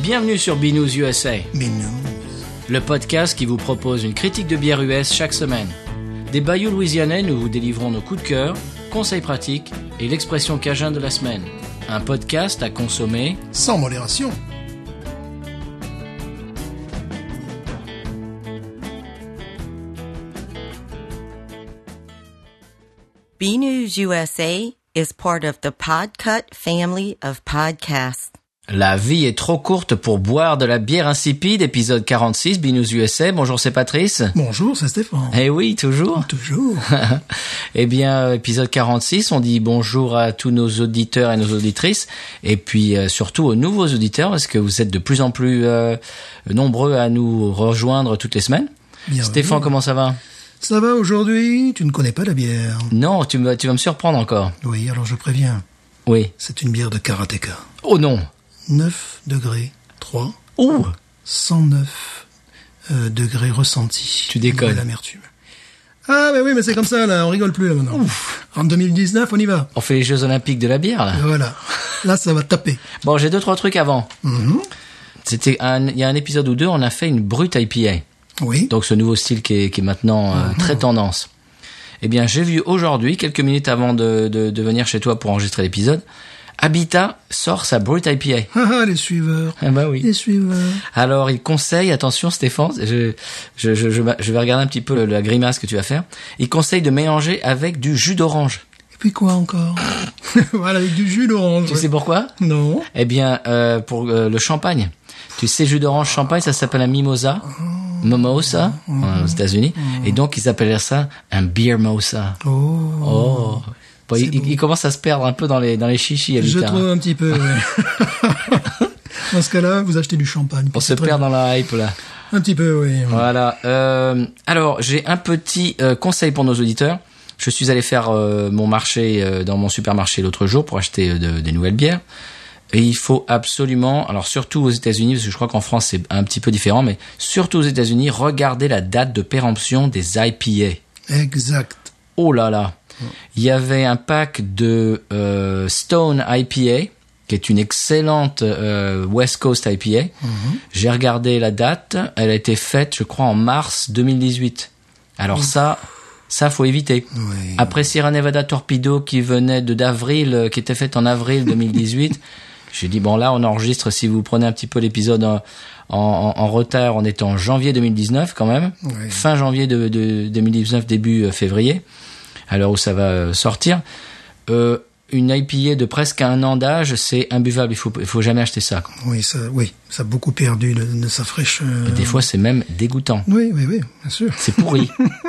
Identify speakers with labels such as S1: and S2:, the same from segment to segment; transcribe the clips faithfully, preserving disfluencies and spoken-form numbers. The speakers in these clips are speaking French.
S1: Bienvenue sur Binous U S A,
S2: Binous,
S1: le podcast qui vous propose une critique de bière U S chaque semaine. Des bayous louisianais, nous vous délivrons nos coups de cœur, conseils pratiques et l'expression cajun de la semaine. Un podcast à consommer
S2: sans modération.
S3: Binous U S A is part of the Podcut family of podcasts.
S1: La vie est trop courte pour boire de la bière insipide, épisode quarante-six, Binous U S A. Bonjour, c'est Patrice.
S2: Bonjour, c'est Stéphane.
S1: Eh oui, toujours.
S2: Toujours.
S1: Eh bien, épisode quarante-six, on dit bonjour à tous nos auditeurs et nos auditrices, et puis euh, surtout aux nouveaux auditeurs, parce que vous êtes de plus en plus euh, nombreux à nous rejoindre toutes les semaines. Bien Stéphane, oui. Comment ça va ?
S2: Ça va aujourd'hui, tu ne connais pas la bière.
S1: Non, tu, me, tu vas me surprendre encore.
S2: Oui, alors je préviens.
S1: Oui.
S2: C'est une bière de karatéka.
S1: Oh non.
S2: neuf degrés trois.
S1: Ouh.
S2: cent neuf euh, degrés ressentis.
S1: Tu déconnes.
S2: L'amertume. Ah, mais oui, mais c'est comme ça, là, on rigole plus, là, maintenant. Ouf. En deux mille dix-neuf, on y va.
S1: On fait les Jeux Olympiques de la bière, là.
S2: Et voilà. Là, ça va taper.
S1: Bon, j'ai deux, trois trucs avant.
S2: Mm-hmm.
S1: C'était un, il y a un épisode ou deux, on a fait une brute I P A.
S2: Oui.
S1: Donc, ce nouveau style qui est, qui est maintenant euh, mm-hmm. très tendance. Eh bien, j'ai vu aujourd'hui, quelques minutes avant de, de, de venir chez toi pour enregistrer l'épisode, Habitat sort sa brute I P A.
S2: Ah, ah, les suiveurs.
S1: Ah bah oui.
S2: Les suiveurs.
S1: Alors, il conseille, attention Stéphane, je, je, je, je, je vais regarder un petit peu la grimace que tu vas faire. Il conseille de mélanger avec du jus d'orange.
S2: Et puis quoi encore? Voilà, avec du jus d'orange.
S1: Tu
S2: ouais.
S1: sais pourquoi?
S2: Non.
S1: Eh bien, euh, pour euh, le champagne. Tu sais, jus d'orange champagne, ça s'appelle un mimosa. Mimosa, mmh. aux États-Unis. Mmh. Et donc, ils appellent ça un beer mosa.
S2: Oh.
S1: Oh. Bon, il, il commence à se perdre un peu dans les, dans les chichis.
S2: Je trouve un petit peu, oui. Dans ce cas-là, vous achetez du champagne.
S1: On se perd dans la hype, là.
S2: Un petit peu, oui.
S1: Voilà. Euh, alors, j'ai un petit euh, conseil pour nos auditeurs. Je suis allé faire euh, mon marché euh, dans mon supermarché l'autre jour pour acheter euh, de, des nouvelles bières. Et il faut absolument, alors surtout aux États-Unis, parce que je crois qu'en France c'est un petit peu différent, mais surtout aux États-Unis, regardez la date de péremption des I P A.
S2: Exact.
S1: Oh là là. Il y avait un pack de euh, Stone I P A, qui est une excellente euh, West Coast I P A. Mm-hmm. J'ai regardé la date, elle a été faite, je crois, en mars deux mille dix-huit. Alors Ouf. ça, ça faut éviter.
S2: Oui.
S1: Après Sierra Nevada Torpedo qui venait de d'avril, euh, qui était faite en avril deux mille dix-huit, j'ai dit bon là on enregistre. Si vous prenez un petit peu l'épisode en, en, en retard, on est en janvier deux mille dix-neuf quand même, oui. Fin janvier de, de deux mille dix-neuf, début février. À l'heure où ça va sortir, euh, une I P A de presque un an d'âge, c'est imbuvable. Il faut, il faut jamais acheter ça. Quoi.
S2: Oui, ça, oui, ça a beaucoup perdu de, de sa fraîcheur.
S1: Et des fois, c'est même dégoûtant.
S2: Oui, oui, oui, bien sûr.
S1: C'est pourri.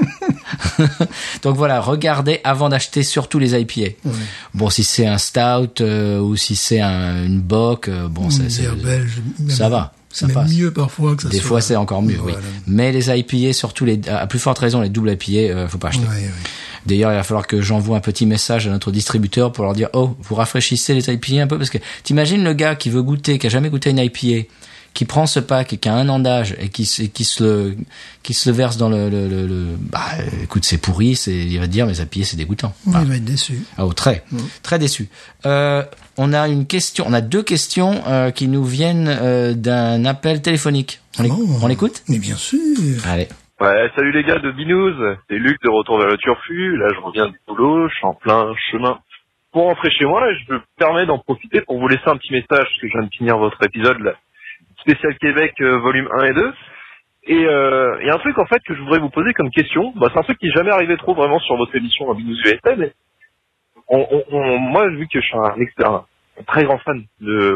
S1: Donc voilà, regardez avant d'acheter surtout les I P A. Oui. Bon, si c'est un stout euh, ou si c'est un, une bock, euh, bon,
S2: c'est,
S1: c'est,
S2: belge,
S1: ça va.
S2: C'est même mieux parfois que ça
S1: Des
S2: soit...
S1: fois, c'est encore mieux, voilà. Oui. Mais les I P A, surtout les, à plus forte raison, les double I P A, euh, faut pas acheter.
S2: Oui, oui.
S1: D'ailleurs, il va falloir que j'envoie un petit message à notre distributeur pour leur dire, oh, vous rafraîchissez les I P A un peu, parce que t'imagines le gars qui veut goûter, qui a jamais goûté une I P A, qui prend ce pack et qui a un an d'âge et qui, et qui se le, qui se le verse dans le, le, le, le bah, écoute, c'est pourri, c'est, il va dire, mais I P A, c'est dégoûtant.
S2: Oui,
S1: voilà.
S2: Il va être déçu.
S1: Ah, oh, très, mmh. très déçu. Euh, on a une question, on a deux questions, euh, qui nous viennent, euh, d'un appel téléphonique. On,
S2: oh,
S1: on l'écoute?
S2: Mais bien sûr.
S1: Allez.
S4: Ouais, salut les gars de Binous, c'est Luc de Retour vers le Turfu. Là, je reviens du boulot, je suis en plein chemin pour rentrer chez moi et je me permets d'en profiter pour vous laisser un petit message parce que je viens de finir votre épisode là, spécial Québec euh, volume un et deux. Et il euh, y a un truc en fait que je voudrais vous poser comme question. Bah, c'est un truc qui n'est jamais arrivé trop vraiment sur votre émission à Binous U S A, mais on, on, on, moi, vu que je suis un expert, un très grand fan de,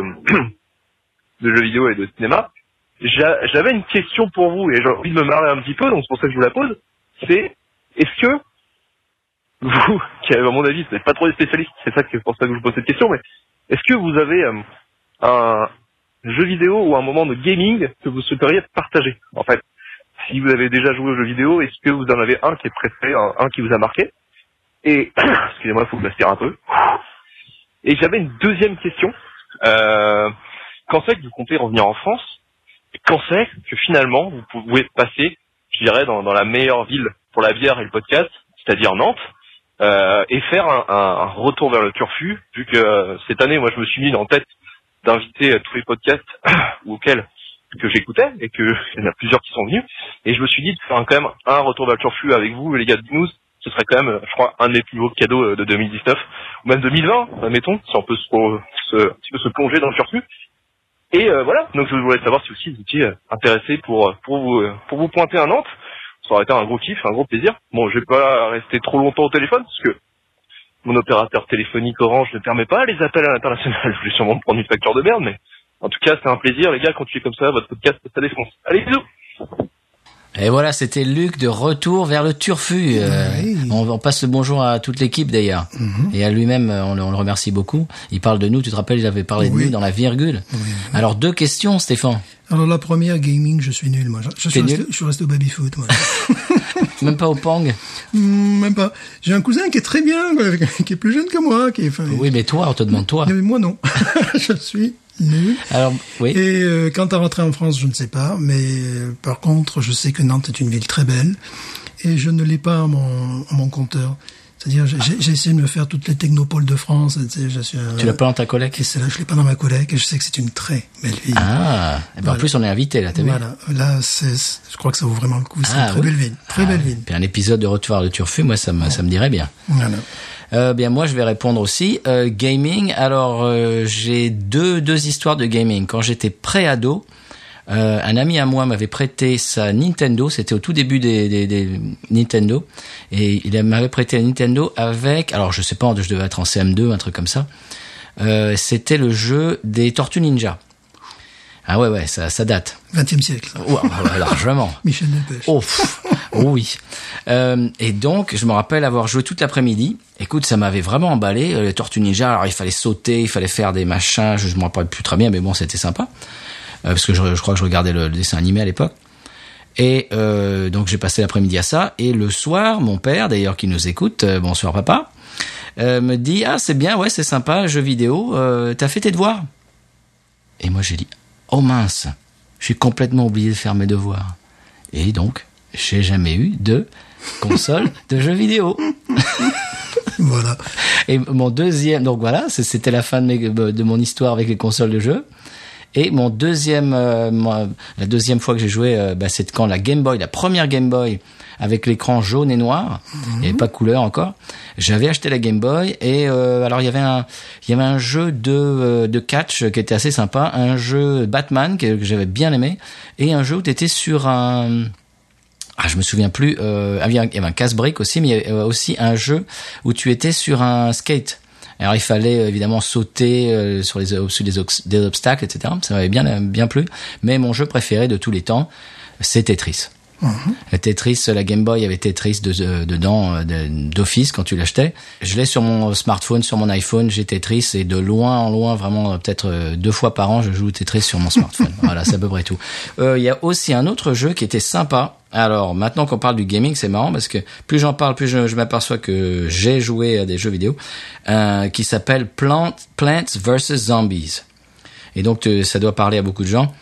S4: de jeux vidéo et de cinéma, j'avais une question pour vous et j'ai envie de me marrer un petit peu, donc c'est pour ça que je vous la pose. C'est, est-ce que vous, qui à mon avis, vous n'êtes pas trop des spécialistes, c'est ça que c'est pour ça que je vous pose cette question, mais est-ce que vous avez euh, un jeu vidéo ou un moment de gaming que vous souhaiteriez partager? En fait, si vous avez déjà joué aux jeux vidéo, est-ce que vous en avez un qui est préféré, un, un qui vous a marqué? Et, excusez-moi, il faut que je m'aspire un peu. Et j'avais une deuxième question. Euh, quand c'est que vous comptez revenir en France? Quand c'est que finalement vous pouvez passer, je dirais, dans, dans la meilleure ville pour la bière et le podcast, c'est-à-dire Nantes, euh, et faire un, un, un retour vers le Turfu, vu que euh, cette année, moi, je me suis mis en tête d'inviter à tous les podcasts auxquels que j'écoutais et que il y en a plusieurs qui sont venus. Et je me suis dit de faire un, quand même un retour vers le turfu avec vous, les gars de Binous. Ce serait quand même, je crois, un de mes plus beaux cadeaux de deux mille dix-neuf ou même deux mille vingt, admettons, si on peut se, se, un petit peu se plonger dans le turfu. Et euh, voilà. Donc je voulais savoir si aussi vous étiez intéressé pour pour vous pour vous pointer à Nantes. Ça aurait été un gros kiff, un gros plaisir. Bon, je vais pas rester trop longtemps au téléphone parce que mon opérateur téléphonique Orange ne permet pas les appels à l'international. Je vais sûrement me prendre une facture de merde, mais en tout cas, c'est un plaisir, les gars, quand tu es comme ça, votre podcast, ça défonce. Allez, bisous!
S1: Et voilà, c'était Luc de retour vers le turfu. Euh, oui. on, on passe le bonjour à toute l'équipe d'ailleurs. Mm-hmm. Et à lui-même, on le, on le remercie beaucoup. Il parle de nous, tu te rappelles, il avait parlé oui. de nous dans la virgule. Oui, oui. Alors, deux questions, Stéphane.
S2: Alors, la première, gaming, je suis nul, moi. Je, je, suis, resté, je suis resté au baby-foot, moi.
S1: Même pas au Pong?
S2: mmh, Même pas. J'ai un cousin qui est très bien, qui est plus jeune que moi. Qui est, enfin,
S1: oui, mais toi, on te demande toi.
S2: Mais moi, non. Je suis nul.
S1: Alors, oui.
S2: Et euh, quant à rentrer en France, je ne sais pas. Mais euh, par contre, je sais que Nantes est une ville très belle. Et je ne l'ai pas à mon, à mon compteur. C'est-à-dire, j'ai, j'ai essayé de me faire toutes les technopoles de France. Tu sais, je suis,
S1: tu euh, l'as pas dans ta collègue?
S2: Et c'est là, je l'ai pas dans ma collègue. Et je sais que c'est une très belle ville.
S1: Ah, et ben voilà. En plus, on est invité, là, t'as vu?
S2: Voilà. Là, c'est, c'est, je crois que ça vaut vraiment le coup. C'est ah, une très oui. belle ville. Très ah, belle ville.
S1: Puis un épisode de Retour vers le turfu, moi, ça me, oh. ça me dirait bien.
S2: Voilà.
S1: Euh, bien, moi, je vais répondre aussi. Euh, gaming. Alors, euh, j'ai deux, deux histoires de gaming. Quand j'étais pré-ado, Euh, un ami à moi m'avait prêté sa Nintendo, c'était au tout début des, des, des Nintendo, et il m'avait prêté la Nintendo avec, alors je sais pas, je devais être en C M deux, un truc comme ça, euh, c'était le jeu des Tortues Ninja. Ah ouais, ouais, ça, ça date.
S2: vingtième siècle.
S1: Ouais, ouais, largement.
S2: Michel Delpech.
S1: Oh, pff, oh oui. Euh, et donc, je me rappelle avoir joué toute l'après-midi. Écoute, ça m'avait vraiment emballé, les Tortues Ninja. Alors, il fallait sauter, il fallait faire des machins, je, je me rappelle plus très bien, mais bon, c'était sympa. Euh, parce que je, je crois que je regardais le, le dessin animé à l'époque. Et euh, donc, j'ai passé l'après-midi à ça. Et le soir, mon père, d'ailleurs, qui nous écoute, euh, bonsoir papa, euh, me dit, ah, c'est bien, ouais, c'est sympa, jeu vidéo, euh, t'as fait tes devoirs? Et moi, j'ai dit, oh mince, j'ai complètement oublié de faire mes devoirs. Et donc, j'ai jamais eu de console de jeux vidéo.
S2: Voilà.
S1: Et mon deuxième, donc voilà, c'était la fin de, mes, de mon histoire avec les consoles de jeux. Et mon deuxième, euh, moi, la deuxième fois que j'ai joué, euh, bah, c'est quand la Game Boy, la première Game Boy, avec l'écran jaune et noir, mmh. il n'y avait pas de couleur encore. J'avais acheté la Game Boy et euh, alors il y avait un, il y avait un jeu de euh, de catch qui était assez sympa, un jeu Batman que, que j'avais bien aimé et un jeu où tu étais sur un ah, je me souviens plus, euh, il y avait un casse-brique aussi, mais il y avait aussi un jeu où tu étais sur un skate. Alors il fallait évidemment sauter euh, sur les sur des, des obstacles, et cetera. Ça m'avait bien bien plu. Mais mon jeu préféré de tous les temps, c'est Tetris. Mm-hmm. Tetris, la Game Boy avait Tetris de, de, dedans de, d'office quand tu l'achetais. Je l'ai sur mon smartphone, sur mon iPhone, j'ai Tetris et de loin en loin, vraiment peut-être deux fois par an, je joue Tetris sur mon smartphone. Voilà, c'est à peu près tout. Euh, il y a aussi un autre jeu qui était sympa. Alors maintenant qu'on parle du gaming, c'est marrant parce que plus j'en parle, plus je, je m'aperçois que j'ai joué à des jeux vidéo euh, qui s'appelle Plant, Plants versus Zombies. Et donc ça doit parler à beaucoup de gens.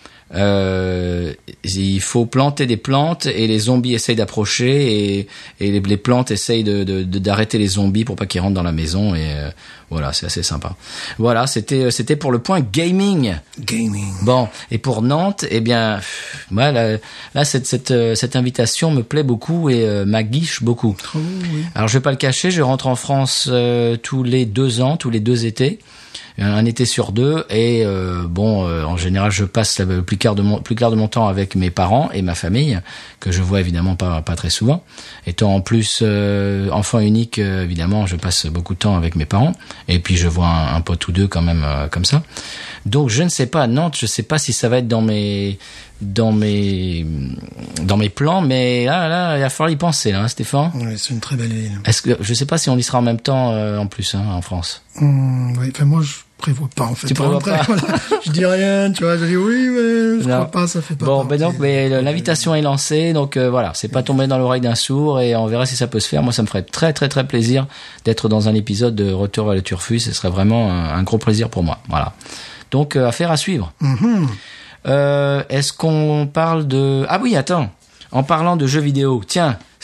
S1: Euh, il faut planter des plantes et les zombies essayent d'approcher et, et les, les plantes essayent de, de, de, d'arrêter les zombies pour pas qu'ils rentrent dans la maison et euh, voilà, c'est assez sympa. Voilà, c'était c'était pour le point gaming.
S2: Gaming.
S1: Bon, et pour Nantes, eh bien, moi là, là cette cette cette invitation me plaît beaucoup et euh, m'aguiche beaucoup.
S2: Oh, oui.
S1: Alors je vais pas le cacher, je rentre en France euh, tous les deux ans, tous les deux étés. Un été sur deux et euh, bon euh, en général je passe le plus clair de mon plus clair de mon temps avec mes parents et ma famille que je vois évidemment pas pas très souvent. Étant en plus euh, enfant unique, euh, évidemment je passe beaucoup de temps avec mes parents et puis je vois un, un pote ou deux quand même euh, comme ça. Donc je ne sais pas, Nantes, je sais pas si ça va être dans mes dans mes dans mes plans, mais là là il va falloir y penser là, hein, Stéphane.
S2: Oui, c'est une très belle ville.
S1: Est-ce que je sais pas si on y sera en même temps euh, en plus hein, en France.
S2: Mmh, oui, enfin moi je prévois pas en fait.
S1: Tu prévois pas.
S2: Voilà. Je dis rien, tu vois, je dis oui mais je non. crois pas, ça fait pas.
S1: Bon, ben donc mais l'invitation est lancée, donc euh, voilà, c'est pas tombé dans l'oreille d'un sourd et on verra si ça peut se faire. Moi ça me ferait très très très plaisir d'être dans un épisode de Retour vers le Turfu, ce serait vraiment un, un gros plaisir pour moi. Voilà. Donc euh, affaire à suivre.
S2: Mmh.
S1: Euh, est-ce qu'on parle de... Ah oui, attends. En parlant de jeux vidéo, tiens,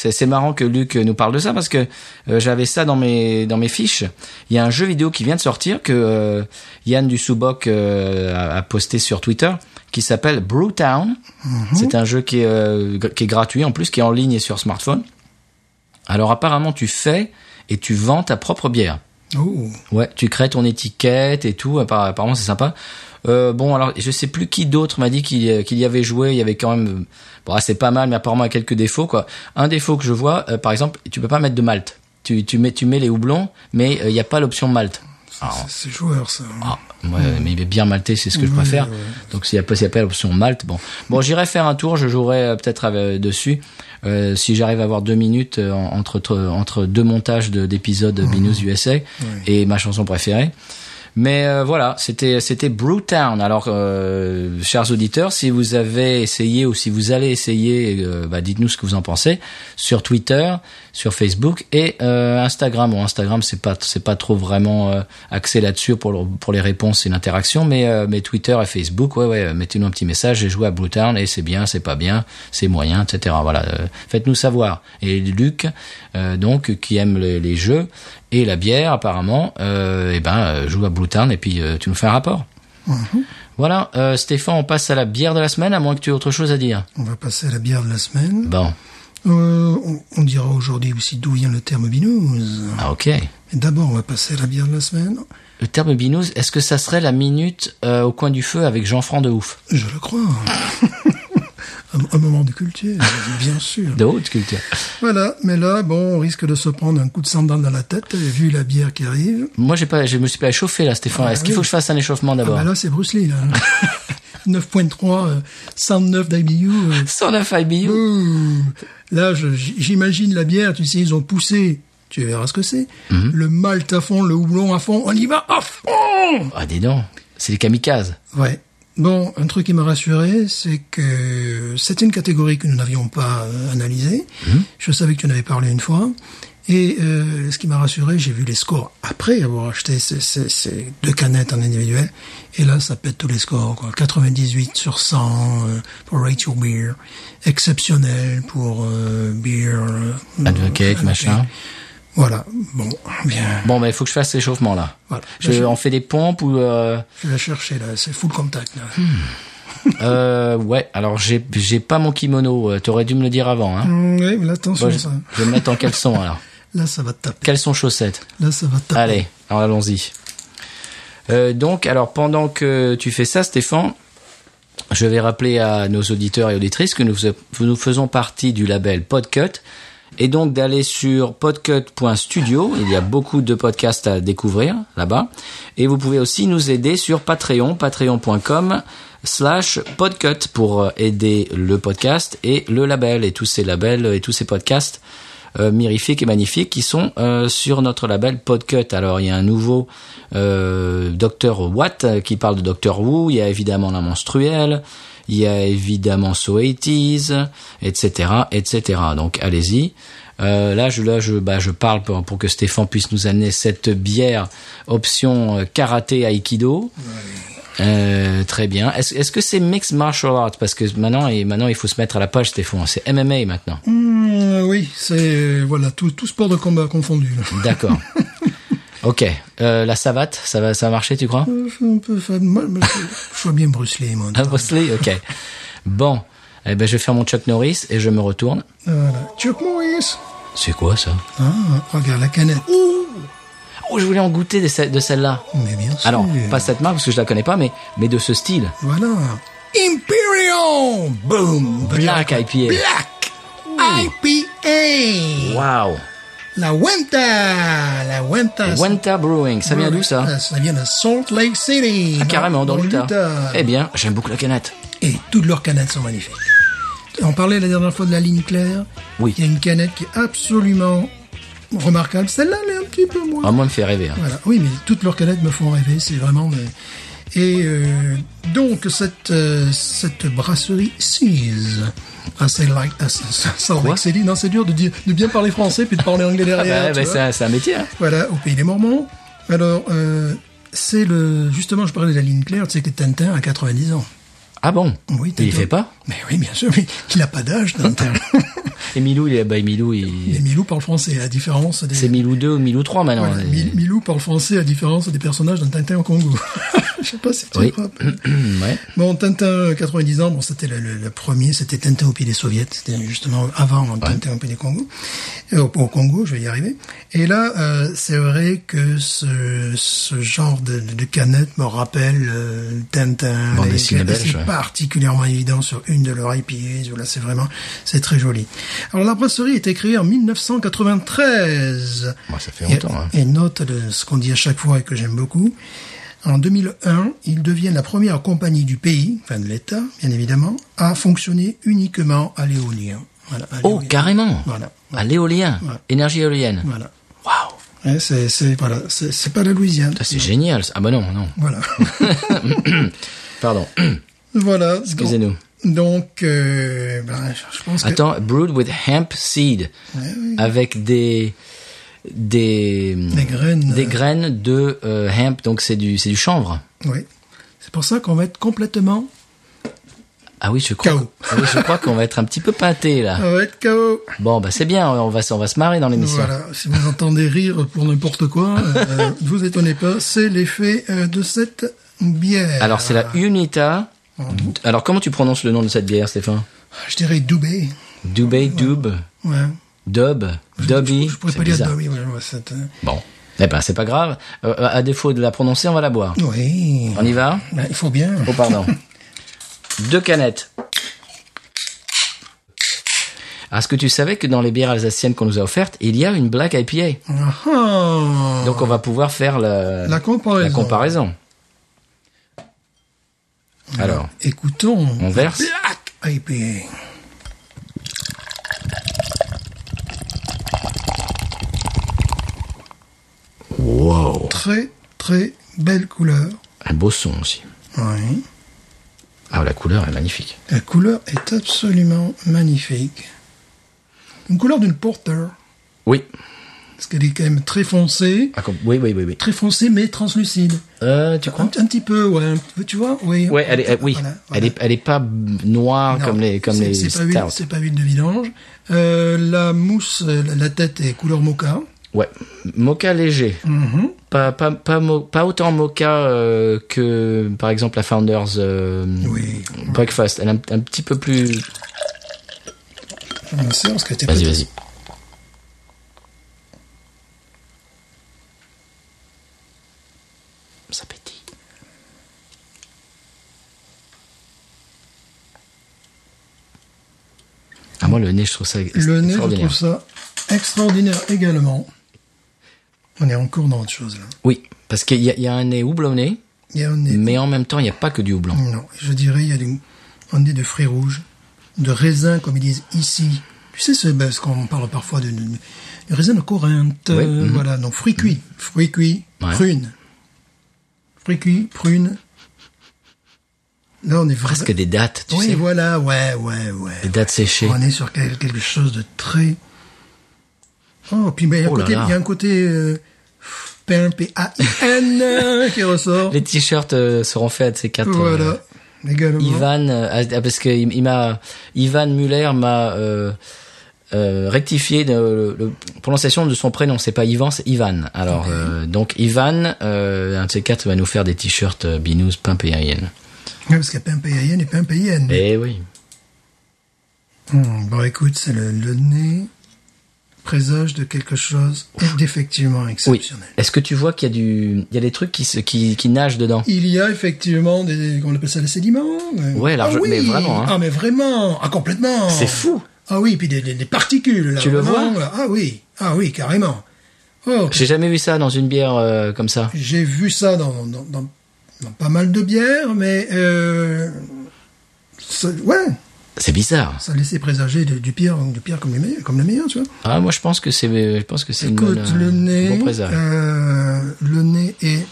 S1: C'est, c'est marrant que Luc nous parle de ça parce que euh, j'avais ça dans mes dans mes fiches. Il y a un jeu vidéo qui vient de sortir que euh, Yann du Souboc euh, a, a posté sur Twitter qui s'appelle Brewtown. Mm-hmm. C'est un jeu qui est euh, qui est gratuit en plus, qui est en ligne et sur smartphone. Alors apparemment tu fais et tu vends ta propre bière.
S2: Oh.
S1: Ouais, tu crées ton étiquette et tout. Apparemment c'est sympa. Euh, bon, alors je sais plus qui d'autre m'a dit qu'il, qu'il y avait joué. Il y avait quand même, bon, c'est pas mal, mais apparemment il y a quelques défauts quoi. Un défaut que je vois, euh, par exemple, tu peux pas mettre de malt. Tu, tu mets, tu mets les houblons, mais il euh, y a pas l'option malt.
S2: Alors, c'est, c'est joueur ça.
S1: Ah, ouais, mmh. Mais il est bien malté, c'est ce que mmh, je préfère. Ouais. Donc s'il y a pas, s'il y a pas l'option malt, bon, bon, j'irai faire un tour. Je jouerai euh, peut-être euh, dessus. Euh, si j'arrive à avoir deux minutes euh, entre entre deux montages de, d'épisodes mmh. Binous U S A ouais. et ma chanson préférée. Mais euh, voilà, c'était c'était Brewtown. Alors, euh, chers auditeurs, si vous avez essayé ou si vous allez essayer, euh, bah, dites-nous ce que vous en pensez sur Twitter, sur Facebook et euh, Instagram. Bon, Instagram, c'est pas c'est pas trop vraiment euh, axé là-dessus pour le, pour les réponses et l'interaction, mais euh, mais Twitter et Facebook, ouais ouais, mettez-nous un petit message. J'ai joué à Brewtown et c'est bien, c'est pas bien, c'est moyen, et cetera. Voilà, euh, faites-nous savoir. Et Luc, euh, donc, qui aime les, les jeux et la bière apparemment, euh, et ben euh, joue à Brewtown et puis euh, tu nous fais un rapport. Mm-hmm. Voilà, euh, Stéphane, on passe à la bière de la semaine, à moins que tu aies autre chose à dire.
S2: On va passer à la bière de la semaine.
S1: Bon.
S2: Euh, on, on dira aujourd'hui aussi d'où vient le terme binouze.
S1: Ah ok.
S2: Et d'abord, on va passer à la bière de la semaine.
S1: Le terme binouze, est-ce que ça serait la minute euh, au coin du feu avec Jean-Franc de Ouf?
S2: Je le crois. un, un moment de culture, bien sûr.
S1: De haute culture.
S2: Voilà, mais là, bon, on risque de se prendre un coup de sandale dans la tête, vu la bière qui arrive.
S1: Moi, j'ai pas, je me suis pas échauffé là, Stéphane. Ah, est-ce oui. qu'il faut que je fasse un échauffement d'abord?
S2: Ah, bah là, c'est Bruce Lee, là. neuf virgule trois, euh, cent neuf d'I B U. Euh.
S1: cent neuf I B U.
S2: Ouh. Là, je, j'imagine la bière, tu sais, ils ont poussé, tu verras ce que c'est, mm-hmm. le malt à fond, le houblon à fond, on y va à fond!
S1: Ah, dis donc, c'est les kamikazes.
S2: Ouais. Bon, un truc qui m'a rassuré, c'est que c'était une catégorie que nous n'avions pas euh, analysée. Mmh. Je savais que tu en avais parlé une fois. Et euh, ce qui m'a rassuré, j'ai vu les scores après avoir acheté ces, ces, ces deux canettes en individuel. Et là, ça pète tous les scores, quoi. quatre-vingt-dix-huit sur cent euh, pour Rate Your Beer. Exceptionnel pour euh, Beer... Euh,
S1: Advocate, euh, machin.
S2: Voilà, bon, bien.
S1: Bon, mais il faut que je fasse l'échauffement, là.
S2: Voilà.
S1: Je, je, on fait des pompes ou... Euh...
S2: Je vais la chercher, là, c'est full contact, là.
S1: Hmm. euh, ouais, alors j'ai, j'ai pas mon kimono, t'aurais dû me le dire avant, hein.
S2: Mmh, oui, mais là, attention,
S1: bon, je,
S2: ça.
S1: Je vais me mettre en caleçon, alors.
S2: Là, ça va te taper.
S1: Caleçon chaussettes.
S2: Là, ça va te taper.
S1: Allez, alors allons-y. Euh, donc, alors, pendant que tu fais ça, Stéphane, je vais rappeler à nos auditeurs et auditrices que nous, nous faisons partie du label Podcut, et donc d'aller sur podcut point studio. Il y a beaucoup de podcasts à découvrir là-bas. Et vous pouvez aussi nous aider sur Patreon, patreon point com slash podcut pour aider le podcast et le label et tous ces labels et tous ces podcasts euh, mirifiques et magnifiques qui sont euh, sur notre label Podcut. Alors il y a un nouveau euh, docteur Watt qui parle de docteur Who. Il y a évidemment La Menstruelle. Il y a évidemment So eighties, et cetera, et cetera. Donc allez-y. Euh, là, je, là, je, bah, je parle pour, pour que Stéphane puisse nous amener cette bière option euh, karaté aikido. Ouais. Euh, très bien. Est-ce, est-ce que c'est mixed martial arts? Parce que maintenant, et maintenant, il faut se mettre à la page, Stéphane. C'est M M A maintenant.
S2: Mmh, oui, c'est voilà tout, tout sport de combat confondu.
S1: D'accord. Ok. Euh, la savate, ça va, ça va marcher, tu crois?
S2: euh, Un peu. Moi, je vois bien Bruce Lee, moi.
S1: Ah, Bruce Lee, ok. Bon. Eh ben, je vais faire mon Chuck Norris et je me retourne.
S2: Voilà. Chuck Norris.
S1: C'est quoi, ça?
S2: Ah, regarde la canette. Ouh.
S1: Oh, je voulais en goûter de, ce, de celle-là.
S2: Mais bien sûr.
S1: Alors, pas cette marque, parce que je la connais pas, mais, mais de ce style.
S2: Voilà. Imperial! Boom!
S1: Black I P A.
S2: Black I P A!
S1: Wow!
S2: La Wenta! La Wenta!
S1: Wenta Brewing. Ça vient d'où, ça?
S2: Ça vient de Salt Lake City.
S1: Ah, carrément, dans, dans l'Utah.
S2: l'Utah.
S1: Eh bien, j'aime beaucoup la canette.
S2: Et toutes leurs canettes sont magnifiques. On parlait la dernière fois de la ligne claire.
S1: Oui.
S2: Il y a une canette qui est absolument remarquable. Celle-là, elle est un petit peu moins.
S1: Ah, moi, elle me fait rêver. Hein.
S2: Voilà. Oui, mais toutes leurs canettes me font rêver. C'est vraiment... Et euh, donc, cette, euh, cette brasserie Seas... Ah, c'est like, ah, ça Lake City. Non, c'est dur de dire, de bien parler français puis de parler anglais derrière.
S1: Ah bah, bah, c'est, un, c'est un métier. Hein.
S2: Voilà, au pays des Mormons. Alors, euh, c'est le, justement, je parlais de la ligne claire, tu sais que Tintin a quatre-vingt-dix ans.
S1: Ah bon?
S2: Oui,
S1: il fait pas?
S2: Mais oui, bien sûr, mais il a pas d'âge, Tintin.
S1: Et Milou, il est, bah, Milou, il...
S2: Mais Milou parle français, à la différence des...
S1: C'est Milou deux ou Milou trois maintenant.
S2: Voilà, Mi- Milou parle français à la différence des personnages dans Tintin au Congo. Je sais pas si tu
S1: Oui.
S2: te rappelles.
S1: Ouais.
S2: Bon, Tintin quatre-vingt-dix ans, bon, c'était le, le, le premier, c'était Tintin au pied des soviets, c'était justement avant ouais. Tintin au pied des Congo, euh, au, au Congo, je vais y arriver. Et là, euh, c'est vrai que ce, ce genre de, de canette me rappelle euh, Tintin.
S1: Bande
S2: et,
S1: dessinée
S2: et
S1: belge,
S2: c'est
S1: ouais. particulièrement
S2: particulièrement évident sur une de leurs I P As, où là, c'est vraiment, c'est très joli. Alors, la brasserie est créée en mille neuf cent quatre-vingt-treize.
S1: Bon, ça fait longtemps.
S2: Et,
S1: hein.
S2: et note de ce qu'on dit à chaque fois et que j'aime beaucoup. En deux mille un, ils deviennent la première compagnie du pays, enfin de l'État, bien évidemment, à fonctionner uniquement à l'éolien. Voilà, à
S1: Oh,
S2: l'éolien.
S1: carrément.
S2: Voilà.
S1: À l'éolien.
S2: Ouais.
S1: Énergie éolienne.
S2: Voilà.
S1: Waouh.
S2: Ouais, c'est, c'est, voilà, c'est, c'est pas la Louisiane.
S1: Ça, c'est génial. Ah bah non, non.
S2: Voilà.
S1: Pardon.
S2: Voilà.
S1: Excusez-nous.
S2: Donc, euh, ben, je pense que...
S1: Attends, brewed with hemp seed.
S2: Ouais, oui.
S1: Avec des... Des...
S2: Des graines.
S1: Des graines de euh, hemp. Donc, c'est du, c'est du chanvre.
S2: Oui. C'est pour ça qu'on va être complètement
S1: Ah oui, je crois.
S2: K O.
S1: Ah oui, je crois qu'on va être un petit peu pâté, là.
S2: On va être K O.
S1: Bon, bah, c'est bien. On va, on va se marrer dans l'émission.
S2: Voilà, si vous entendez rire pour n'importe quoi, euh, ne vous étonnez pas, c'est l'effet euh, de cette bière.
S1: Alors, c'est la Unita.
S2: Mhm.
S1: Alors, comment tu prononces le nom de cette bière, Stéphane?
S2: Je dirais Doubé.
S1: Dubé, Dub,
S2: Ouais.
S1: Dub, Dobby.
S2: Je pourrais
S1: C'est
S2: pas dire
S1: bizarre.
S2: Doubé. Ouais, ouais, c'est, euh,
S1: Bon. Eh ben, c'est pas grave. Euh, à défaut de la prononcer, on va la boire.
S2: Oui.
S1: On y va?
S2: Ben, il faut bien.
S1: Oh, pardon. Deux canettes. Est-ce que tu savais que dans les bières alsaciennes qu'on nous a offertes, il y a une Black I P A?
S2: Ah, ah.
S1: Donc on va pouvoir faire la,
S2: La comparaison.
S1: la comparaison. Alors,
S2: Écoutons.
S1: on verse.
S2: Black I P A.
S1: Wow.
S2: Très, très belle couleur.
S1: Un beau son aussi.
S2: Oui.
S1: Ah, la couleur est magnifique.
S2: La couleur est absolument magnifique. Une couleur d'une porter.
S1: Oui.
S2: Parce qu'elle est quand même très foncée.
S1: Ah, comme- oui, oui, oui, oui.
S2: Très foncée, mais translucide.
S1: Euh, tu
S2: Un,
S1: crois?
S2: un petit peu, ouais. Un peu, tu vois? Oui.
S1: Ouais, elle est, elle- oui.
S2: Voilà,
S1: Elle
S2: voilà.
S1: est, elle est pas noire
S2: Non,
S1: comme les, comme
S2: c'est-
S1: les
S2: c'est pas huile,
S1: stouts.
S2: c'est pas huile de vidange. Euh, la mousse, euh, la, la tête est couleur mocha.
S1: Ouais. Mocha léger.
S2: Mhm.
S1: Pas, pas, pas, mo- pas autant mocha euh, que, par exemple, la Founders euh,
S2: Oui.
S1: Breakfast. Elle est un, un petit peu plus...
S2: Je me sers parce que t'es
S1: Vas-y,
S2: pas-
S1: vas-y. Ça pétille. Ah, moi, le nez, je trouve ça
S2: Le nez, je
S1: extraordinaire.
S2: trouve ça extraordinaire également. On est encore dans autre chose, là.
S1: Oui, parce qu'il y a, il y a un nez houblonné,
S2: Il y a un nez.
S1: mais en même temps, il n'y a pas que du houblon.
S2: Non, je dirais, il y a du, un nez de fruits rouges, de raisin, comme ils disent ici. Tu sais, c'est ben, ce qu'on parle parfois de, de, de raisin de Corinthe.
S1: Oui,
S2: euh,
S1: mhm.
S2: Voilà, donc fruits cuits. Fruits cuits,
S1: Ouais.
S2: prunes. Fruits cuits, prunes. Là, on est vraiment...
S1: Presque des dates, tu
S2: Oui,
S1: sais.
S2: voilà, ouais, ouais, ouais.
S1: Des dates séchées.
S2: On est sur quel- quelque chose de très... Oh, puis ben, il y a un
S1: Oh là
S2: côté,
S1: là.
S2: il y a un côté euh, P un P A I N qui ressort.
S1: Les t-shirts euh, seront faits de ces quatre. euh,
S2: Voilà, également.
S1: Ivan, euh, ah, parce que il, il m'a, Ivan Muller m'a euh, euh, rectifié de, le, le prononciation de son prénom. C'est pas Ivan, c'est Ivan. Alors euh, donc Ivan, euh, un de ces quatre va nous faire des t-shirts euh, Binous P un P A I N.
S2: Oui, parce qu'il y a P un P A I N et P un P I N.
S1: Eh oui.
S2: Hum, bon, écoute, c'est le, le nez présage de quelque chose d'effectivement
S1: Oui.
S2: exceptionnel.
S1: Est-ce que tu vois qu'il y a du, il y a des trucs qui se, qui, qui nagent dedans?
S2: Il y a effectivement des, comment on appelle ça, des sédiments. euh.
S1: Ouais, large-
S2: ah oui,
S1: mais vraiment, hein.
S2: Ah, mais vraiment. Ah, complètement.
S1: C'est fou.
S2: Ah oui, puis des, des, des particules, là.
S1: Tu le
S2: vraiment,
S1: vois
S2: là. Ah oui. Ah oui, carrément. Oh,
S1: J'ai jamais vu ça dans une bière euh, comme ça.
S2: j'ai vu ça dans, dans, dans, dans pas mal de bières, mais, euh, ça, ouais,
S1: C'est bizarre.
S2: ça laissait présager de- du pire, du pire comme le meilleur, comme le meilleur, tu vois.
S1: Ah, moi je pense que c'est, je pense que c'est une
S2: Écoute,
S1: bonne, euh,
S2: le
S1: un
S2: nez,
S1: bon présage.
S2: euh, le nez est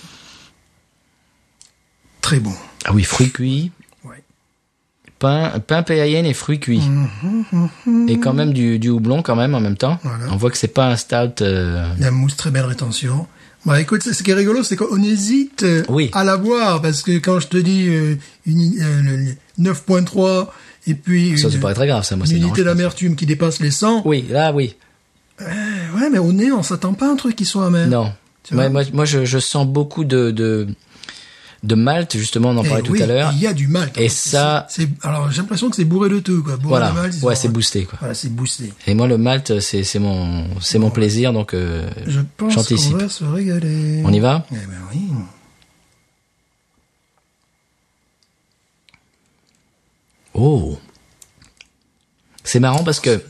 S2: très bon.
S1: Ah oui, fruits cuits.
S2: Ouais.
S1: Pain, pain P A I N et fruits cuits. Et quand même du, du houblon quand même en même temps.
S2: Voilà.
S1: On voit que c'est pas un stout. euh,
S2: La mousse, très belle rétention. Bah écoute, ce qui est rigolo, c'est qu'on hésite euh,
S1: Oui.
S2: à la boire, parce que quand je te dis euh, une, euh, le neuf virgule trois et puis
S1: Ça,
S2: une,
S1: c'est pas très grave, ça, moi,
S2: une
S1: c'est
S2: unité
S1: normal.
S2: d'amertume qui dépasse les cent,
S1: Oui, là, oui.
S2: euh, ouais, mais au nez, on s'attend pas à un truc qui soit amer.
S1: Non.
S2: Tu vois
S1: Ouais, moi, moi je, je sens beaucoup de, de, de malt, justement, on en
S2: Eh
S1: parlait tout
S2: oui,
S1: à l'heure.
S2: il y a du malt.
S1: Et ça-
S2: c'est, c'est- alors j'ai l'impression que c'est bourré de tout, quoi. Bourré
S1: Voilà.
S2: de malt, ils
S1: Ouais,
S2: sont-
S1: c'est boosté, quoi.
S2: Voilà, c'est boosté.
S1: Et moi, le malt, c'est, c'est mon, c'est mon plaisir, donc, euh,
S2: Je pense
S1: j'anticipe.
S2: qu'on va se régaler.
S1: On y va?
S2: Eh ben oui.
S1: Oh. C'est marrant parce que,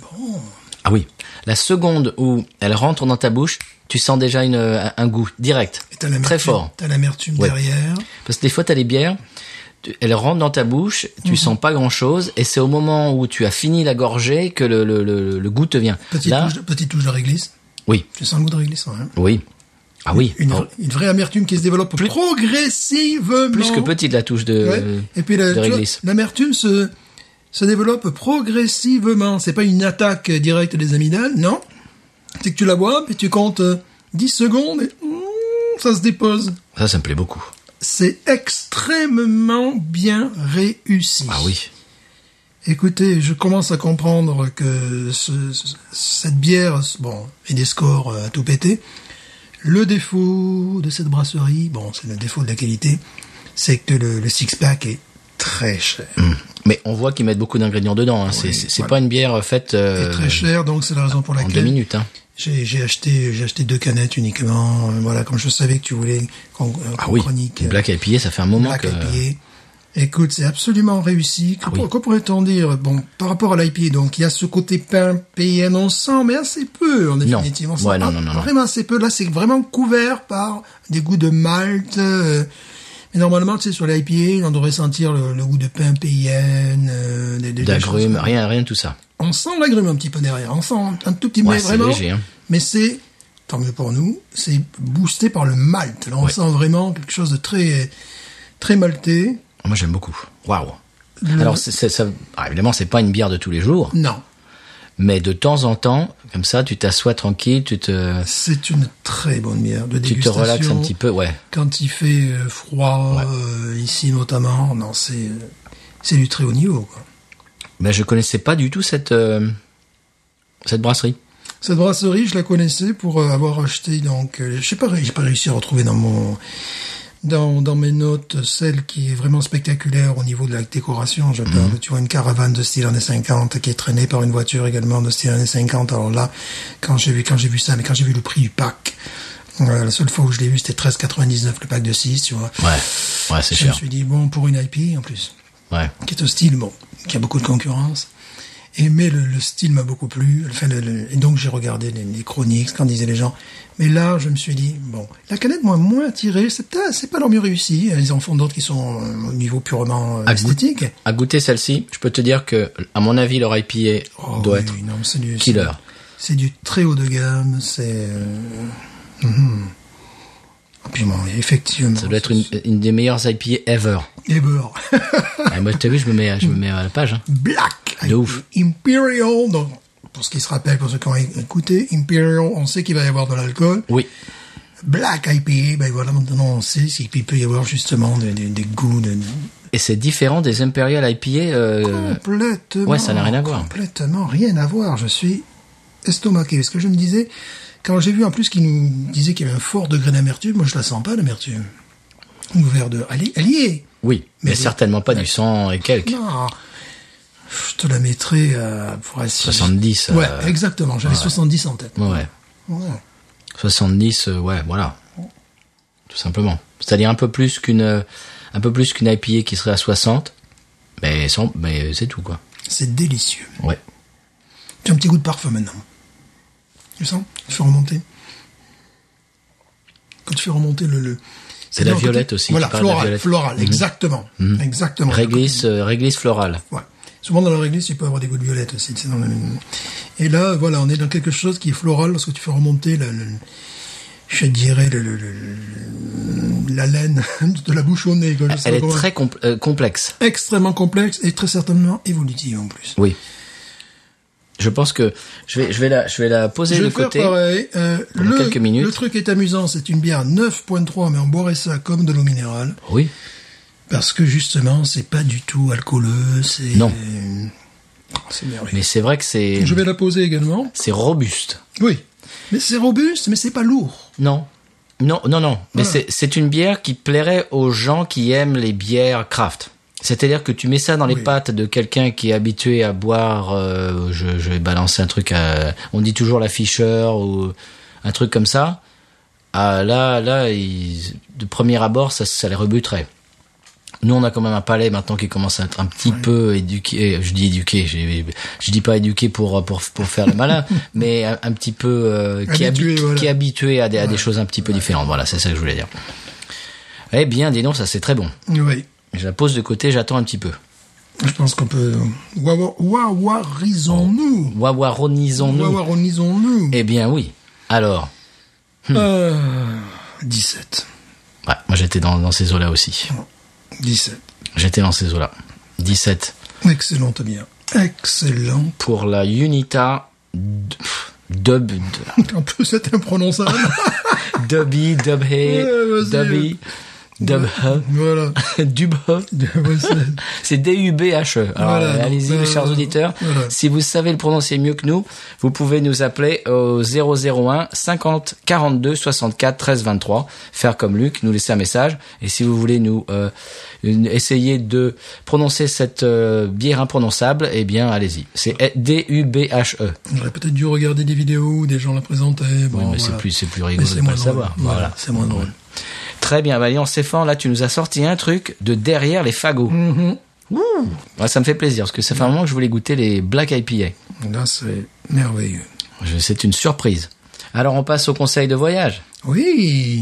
S1: ah oui, la seconde où elle rentre dans ta bouche, tu sens déjà une, un, un goût direct,
S2: Et t'as l'amertume-
S1: très fort.
S2: T'as l'amertume
S1: Ouais.
S2: derrière.
S1: Parce que des fois, t'as les bières, tu- elles rentrent dans ta bouche, tu sens pas grand chose, et c'est au moment où tu as fini la gorgée que le, le, le, le goût te vient.
S2: Petite,
S1: Là,
S2: touche, de- petite touche de réglisse.
S1: oui,
S2: Tu sens le goût de réglisse, ouais, hein.
S1: oui. Ah oui.
S2: Une,
S1: Oh,
S2: vra- une vraie amertume qui se développe progressivement.
S1: plus que petite la touche de,
S2: Ouais. Et puis la-
S1: de
S2: tu vois,
S1: réglisse.
S2: l'amertume se, se développe progressivement. C'est pas une attaque directe des amygdales, non. C'est que tu la bois, puis tu comptes euh, dix secondes et mm, ça se dépose.
S1: Ça, ça me plaît beaucoup.
S2: C'est extrêmement bien réussi.
S1: Ah oui.
S2: Écoutez, je commence à comprendre que ce, ce- cette bière, bon, et des scores euh, à tout péter. Le défaut de cette brasserie, bon, c'est le défaut de la qualité, c'est que le, le six-pack est très cher.
S1: Hum. Mais on voit qu'ils mettent beaucoup d'ingrédients dedans. Hein. c'est,
S2: Oui,
S1: c'est, c'est
S2: voilà.
S1: pas une bière faite euh,
S2: est très cher, donc c'est la raison pour
S1: en deux
S2: laquelle
S1: minutes. Hein.
S2: j'ai, j'ai acheté, j'ai acheté deux canettes uniquement. euh, voilà, comme je savais que tu voulais qu'on, euh,
S1: Ah
S2: qu'on
S1: oui.
S2: chronique.
S1: Une Black I P A, ça fait un moment
S2: Black
S1: que.
S2: I P A. Écoute, c'est absolument réussi. Que,
S1: Ah oui.
S2: que pourrait-on dire? Bon, par rapport à l'I P A, donc il y a ce côté pain P N, on sent, mais assez peu en définitive. On sent
S1: Ouais, non,
S2: pas-
S1: non, non, non.
S2: vraiment assez peu. Là, c'est vraiment couvert par des goûts de malt. euh, mais normalement, tu sais, sur l'I P A, on devrait sentir le, le goût de pain P N, euh, des, des- des
S1: D'agrumes,
S2: choses.
S1: rien, rien de tout ça.
S2: On sent l'agrume un petit peu derrière. On sent un tout petit peu,
S1: Ouais,
S2: mais
S1: c'est
S2: vraiment.
S1: léger. Hein.
S2: Mais c'est, tant mieux pour nous, c'est boosté par le malt. Là, on
S1: Ouais.
S2: sent vraiment quelque chose de très, très maltais.
S1: Moi, j'aime beaucoup. Waouh.
S2: Le-
S1: Alors, c'est, c'est, ça, ah, évidemment, c'est pas une bière de tous les jours,
S2: Non.
S1: mais de temps en temps, comme ça, tu t'assois tranquille, tu te,
S2: C'est une très bonne bière de
S1: tu te
S2: dégustation.
S1: relaxes un petit peu, ouais.
S2: Quand il fait euh, froid, euh, ici notamment, non, c'est euh, c'est du très haut niveau, quoi.
S1: Mais je connaissais pas du tout cette, euh, cette brasserie.
S2: Cette brasserie, je la connaissais pour euh, avoir acheté, donc, euh, je sais pas, j'ai pas réussi à retrouver dans mon, dans, dans mes notes celle qui est vraiment spectaculaire au niveau de la décoration. Je parle, tu vois, une caravane de style années cinquante qui est traînée par une voiture également de style années cinquante. Alors là, quand j'ai vu, quand j'ai vu ça, mais quand j'ai vu le prix du pack, euh, la seule fois où je l'ai vu, c'était treize quatre-vingt-dix-neuf le pack de six, tu vois.
S1: Ouais. Ouais, c'est
S2: Je me
S1: cher.
S2: suis dit, bon, pour une I P A en plus,
S1: Ouais.
S2: qui est un style, bon, qui a beaucoup de concurrence. Et mais le, le style m'a beaucoup plu. Enfin, le, le- et donc j'ai regardé les, les chroniques, ce qu'en disaient les gens. Mais là, je me suis dit, bon, la canette m'a moins attiré. C'est peut-être, c'est pas leur mieux réussi. Ils en font d'autres qui sont euh, au niveau purement euh,
S1: À
S2: esthétique.
S1: À goûter celle-ci, je peux te dire que, à mon avis, leur I P A
S2: Oh,
S1: doit
S2: oui,
S1: être
S2: oui, non, c'est du,
S1: killer.
S2: C'est du très haut de gamme. C'est. Euh, mhm. Et puis bon, effectivement.
S1: Ça doit être une, une des meilleures I P A ever.
S2: Et beurre.
S1: Ah, moi, t'as vu, je me mets, je me mets à la page. Hein.
S2: Black
S1: De
S2: I P A.
S1: ouf.
S2: Imperial. Donc, pour ce qui se rappelle, pour ceux qui ont écouté, Imperial, on sait qu'il va y avoir de l'alcool.
S1: Oui.
S2: Black I P A, ben voilà, maintenant on sait qu'il peut y avoir justement des, des, des goûts de,
S1: Et c'est différent des Imperial I P A. Euh...
S2: complètement.
S1: ouais, ça n'a rien à voir.
S2: Complètement rien à voir. Je suis estomaqué. Parce que je me disais, quand j'ai vu en plus qu'il nous disait qu'il y avait un fort degré d'amertume, moi je la sens pas l'amertume. Une verre de, elle y, elle y est.
S1: Oui, mais,
S2: Mais-
S1: certainement pas du cent et quelques.
S2: Non. Je te la mettrais à, pour essayer.
S1: soixante-dix.
S2: Ouais,
S1: euh,
S2: exactement. J'avais
S1: ouais.
S2: soixante-dix en tête.
S1: Ouais.
S2: Ouais.
S1: soixante-dix, euh, ouais, voilà. Tout simplement. C'est-à-dire un peu plus qu'une, euh, un peu plus qu'une I P A qui serait à soixante. Mais sans, mais c'est tout, quoi.
S2: C'est délicieux.
S1: Ouais.
S2: Tu as un petit goût de parfum maintenant. Tu sens? Tu fais remonter. Quand tu fais remonter le... le...
S1: C'est la
S2: dans le côté-
S1: violette aussi,
S2: Voilà,
S1: tu parles de la
S2: floral,
S1: violette.
S2: floral,
S1: Mhm.
S2: exactement.
S1: Mhm.
S2: Exactement.
S1: Réglisse, euh, réglisse florale.
S2: Ouais. Souvent dans la réglisse, tu peux avoir des goûts de violette aussi. Tu sais, dans le... Et là, voilà, on est dans quelque chose qui est floral lorsque tu fais remonter le, le- je dirais, le, le- le- la laine de la bouche au nez. Quoi, je sais
S1: Elle
S2: pas
S1: est
S2: comment.
S1: très compl- euh, complexe.
S2: Extrêmement complexe et très certainement évolutive en plus.
S1: Oui. Je pense que je vais, je vais la, je vais la poser
S2: Je
S1: de
S2: vais faire
S1: côté.
S2: pareil. Euh,
S1: pendant
S2: le,
S1: quelques minutes.
S2: le truc est amusant, c'est une bière neuf virgule trois, mais on boirait ça comme de l'eau minérale.
S1: Oui.
S2: Parce que justement, c'est pas du tout alcooleux, c'est...
S1: Non.
S2: Oh, c'est merveilleux.
S1: Mais c'est vrai que c'est,
S2: Je vais la poser également.
S1: c'est robuste.
S2: Oui. Mais c'est robuste, mais c'est pas lourd.
S1: Non. Non, non, non. Mais
S2: Voilà.
S1: c'est, c'est une bière qui plairait aux gens qui aiment les bières craft. C'est-à-dire que tu mets ça dans les
S2: Oui.
S1: pattes de quelqu'un qui est habitué à boire, euh, je, je vais balancer un truc à, on dit toujours la Fischer ou un truc comme ça. Ah, là, là, il, de premier abord, ça, ça les rebuterait. Nous, on a quand même un palais maintenant qui commence à être un petit
S2: Ouais.
S1: peu éduqué. Je dis éduqué, j'ai- je dis pas éduqué pour pour pour faire le malin, mais un, un petit peu euh, qui, est
S2: Habitué,
S1: habi-
S2: voilà.
S1: qui est habitué à des, à des
S2: Ouais.
S1: choses un petit peu différentes. Voilà, c'est ça que je voulais dire. Eh bien, dis donc, ça c'est très bon.
S2: Oui.
S1: Je la pose de côté, j'attends un petit peu.
S2: Je pense qu'on peut... Wawa- Wawarisons-nous.
S1: Wawaronisons-nous.
S2: Wawaronisons-nous.
S1: Eh bien, oui. Alors,
S2: Euh, dix-sept.
S1: ouais, moi j'étais dans, dans ces eaux-là aussi.
S2: dix-sept.
S1: J'étais dans ces eaux-là. dix-sept.
S2: Excellente bière. Excellent.
S1: Pour la Unita d- pff, Dub...
S2: En plus, c'est imprononçable.
S1: Dubby, Dubhe,
S2: Ouais, vas-y.
S1: Dubby, Dubhe,
S2: Voilà.
S1: Dubhe.
S2: Ouais, c'est-
S1: C'est D U B H E. Alors,
S2: Voilà,
S1: euh, allez-y,
S2: donc,
S1: les chers
S2: euh,
S1: auditeurs.
S2: voilà.
S1: Si vous savez le prononcer mieux que nous, vous pouvez nous appeler au zéro zéro un cinquante quarante-deux soixante-quatre treize vingt-trois. Faire comme Luc, nous laisser un message. Et si vous voulez nous euh, une- essayer de prononcer cette euh, bière imprononçable, eh bien, allez-y. C'est D U B H E.
S2: J'aurais peut-être dû regarder des vidéos où des gens la présentaient. Bon,
S1: Oui, mais
S2: voilà.
S1: c'est plus, c'est plus
S2: Mais
S1: rigolo
S2: c'est
S1: de pas
S2: moins
S1: le
S2: drôle.
S1: savoir. Voilà.
S2: C'est moins drôle.
S1: Très bien. Bah, dis donc, Stéphane, là, tu nous as sorti un truc de derrière les fagots.
S2: Mhm.
S1: Ouh. Ouais, ça me fait plaisir parce que ça fait un moment que je voulais goûter les Black I P A.
S2: Là, c'est merveilleux.
S1: Je- C'est une surprise. Alors, on passe au conseil de voyage.
S2: Oui.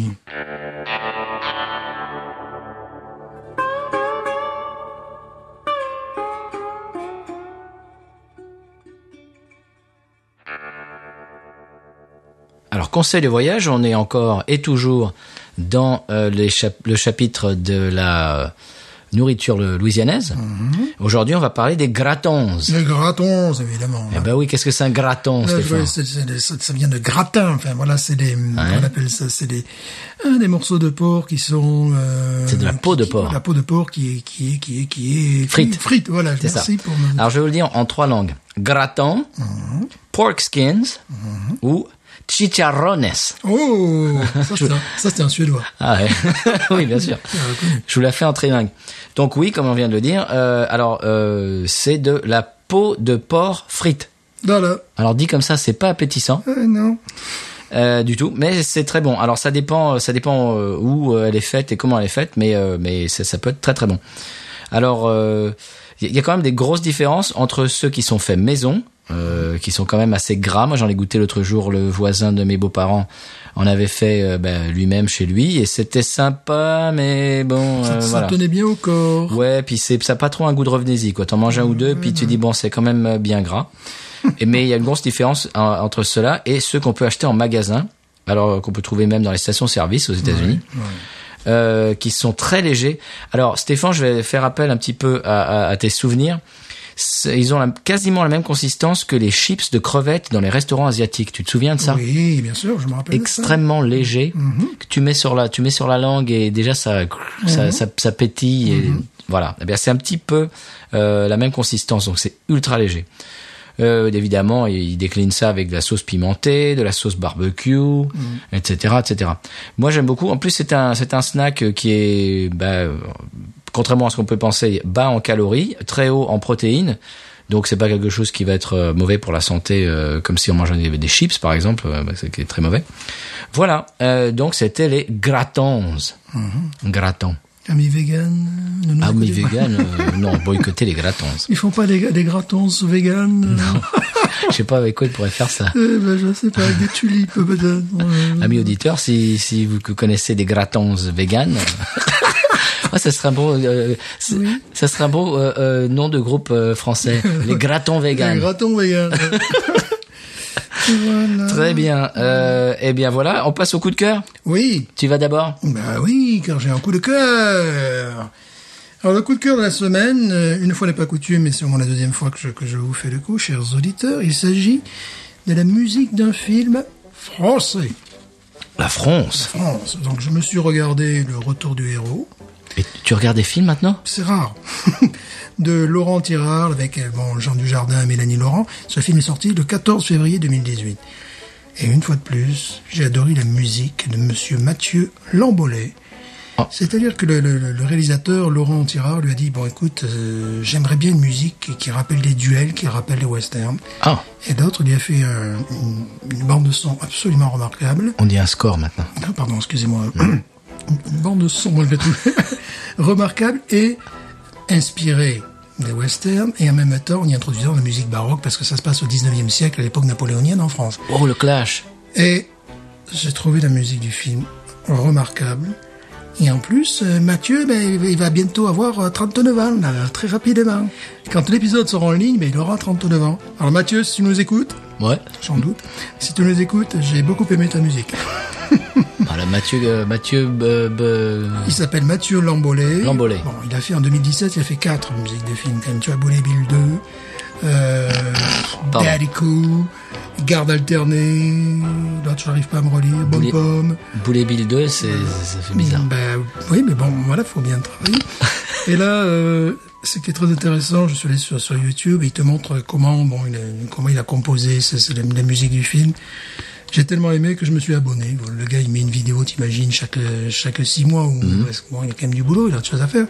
S1: Alors, conseil de voyage, on est encore et toujours dans euh, les chap- le chapitre de la euh, nourriture le- louisianaise. Aujourd'hui, on va parler des gratons.
S2: Les gratons, évidemment.
S1: Eh ben oui, qu'est-ce que c'est un graton,
S2: Là,
S1: Stéphane?
S2: oui, c'est- c'est des- ça, ça vient de gratin. Enfin, voilà, c'est des, on appelle ça, c'est des, euh, des morceaux de porc qui sont. Euh,
S1: C'est de la peau de
S2: qui-
S1: porc.
S2: La peau de porc qui est, qui est, qui est, qui est
S1: Frite.
S2: Frite, voilà.
S1: C'est ça.
S2: Merci pour me.
S1: Alors, je vais vous le dire en trois langues. Gratin, pork skins ou chicharrones.
S2: Oh, ça c'est un, ça, c'est un suédois.
S1: Ah ouais. Oui, bien sûr. Je vous la fais en trilingue. Donc oui, comme on vient de le dire, euh, alors euh, c'est de la peau de porc frite.
S2: Voilà.
S1: Alors dit comme ça, c'est pas appétissant
S2: Euh, non.
S1: euh, du tout, mais c'est très bon. Alors ça dépend, ça dépend euh, où euh, elle est faite et comment elle est faite, mais euh, mais ça, ça peut être très très bon. Alors euh, il y a quand même des grosses différences entre ceux qui sont faits maison. Euh, qui sont quand même assez gras. Moi, j'en ai goûté l'autre jour. Le voisin de mes beaux-parents en avait fait euh, ben, lui-même chez lui, et c'était sympa, mais bon,
S2: Ça,
S1: euh,
S2: ça
S1: voilà.
S2: tenait bien au corps.
S1: Ouais, puis c'est ça a pas trop un goût de revenez-y, quoi. T'en manges un ou deux, puis tu dis bon, c'est quand même euh, bien gras. Et mais il y a une grosse différence en- entre ceux-là et ceux qu'on peut acheter en magasin, alors qu'on peut trouver même dans les stations-service aux États-Unis. Euh, qui sont très légers. Alors Stéphane, je vais faire appel un petit peu à, à, à tes souvenirs. C'est- Ils ont la- quasiment la même consistance que les chips de crevettes dans les restaurants asiatiques. Tu te souviens de ça?
S2: Oui, bien sûr, je me rappelle. de ça.
S1: Extrêmement léger, que tu mets sur la, tu mets sur la langue et déjà ça, ça, ça, ça pétille et voilà. Eh bien, c'est un petit peu euh, la même consistance, donc c'est ultra léger. Euh, évidemment, ils déclinent ça avec de la sauce pimentée, de la sauce barbecue, et cetera, et cetera. Moi, j'aime beaucoup. En plus, c'est un, c'est un snack qui est, bah, euh, contrairement à ce qu'on peut penser, bas en calories, très haut en protéines. Donc, c'est pas quelque chose qui va être euh, mauvais pour la santé, euh, comme si on mangeait des, des chips, par exemple, euh, bah, c'est qui est très mauvais. Voilà. Euh, donc, c'était les gratons. Gratons.
S2: Amis vegan. ne nous
S1: Ah, mais
S2: écoutez pas.
S1: vegan, euh, non, boycotter les gratons.
S2: Ils font pas des, des gratons vegan.
S1: Je sais pas avec quoi ils pourraient faire ça.
S2: Euh, ben, je sais pas, avec des tulipes peut-être. Euh,
S1: Amis auditeurs, si, si vous connaissez des gratons vegan, ah, ça serait un beau, euh, c'est- ça serait un beau euh, euh, nom de groupe euh, français. Les gratons
S2: Des
S1: vegan.
S2: gratons vegan. Voilà.
S1: Très bien. Euh, eh bien voilà, on passe au coup de cœur.
S2: Oui.
S1: Tu vas d'abord.
S2: Bah oui, car j'ai un coup de cœur. Alors, le coup de cœur de la semaine, euh, une fois n'est pas coutume, mais c'est au moins la deuxième fois que je, que je vous fais le coup, chers auditeurs, il s'agit de la musique d'un film français.
S1: La France.
S2: France. Donc, je me suis regardé Le Retour du héros.
S1: Et tu regardes des films maintenant?
S2: C'est rare. De Laurent Tirard avec bon, Jean Dujardin et Mélanie Laurent. Ce film est sorti le quatorze février deux mille dix-huit. Et une fois de plus, j'ai adoré la musique de Monsieur Mathieu Lambolet.
S1: Oh.
S2: C'est-à-dire que le, le, le réalisateur Laurent Tirard lui a dit, bon écoute, euh, j'aimerais bien une musique qui, qui rappelle les duels, qui rappelle les westerns.
S1: Ah.
S2: Et d'autres lui a fait euh, une, une bande de son absolument remarquable.
S1: On dit un score maintenant.
S2: Ah, pardon, excusez-moi. Une, une bande de son malgré tout remarquable et inspirée des westerns, et en même temps en y introduisant la musique baroque parce que ça se passe au dix-neuvième siècle, à l'époque napoléonienne en France.
S1: Oh, le clash.
S2: Et j'ai trouvé la musique du film remarquable. Et en plus, euh, Mathieu, ben, il va bientôt avoir euh, trente-neuf ans, là, très rapidement. Quand l'épisode sera en ligne, ben, il aura trente-neuf ans. Alors Mathieu, si tu nous écoutes,
S1: Ouais.
S2: j'en doute, si tu nous écoutes, j'ai beaucoup aimé ta musique.
S1: Voilà, Mathieu, euh, Mathieu, euh, euh,
S2: Il s'appelle Mathieu Lambolet.
S1: Lambolet.
S2: Bon, il a fait en deux mille dix-sept, il a fait quatre musiques de films quand même. Tu as Bullet Bill deux, euh,
S1: Pardon.
S2: Daddy Cool, Garde alternée, l'autre je n'arrive pas à me relire, Bonne
S1: Bullet-
S2: Pomme.
S1: Boulet Bill deux, c'est, ça fait bizarre.
S2: Ben, oui, mais bon, voilà, faut bien travailler. Et là, euh, ce qui est très intéressant, je suis allé sur, sur YouTube, et il te montre comment, bon, il a, comment il a composé c'est, c'est la, la musique du film. J'ai tellement aimé que je me suis abonné. Bon, le gars, il met une vidéo, t'imagines, chaque, chaque six mois, ou,
S1: Mhm.
S2: parce que bon, il y a quand même du boulot, il a autre chose à faire.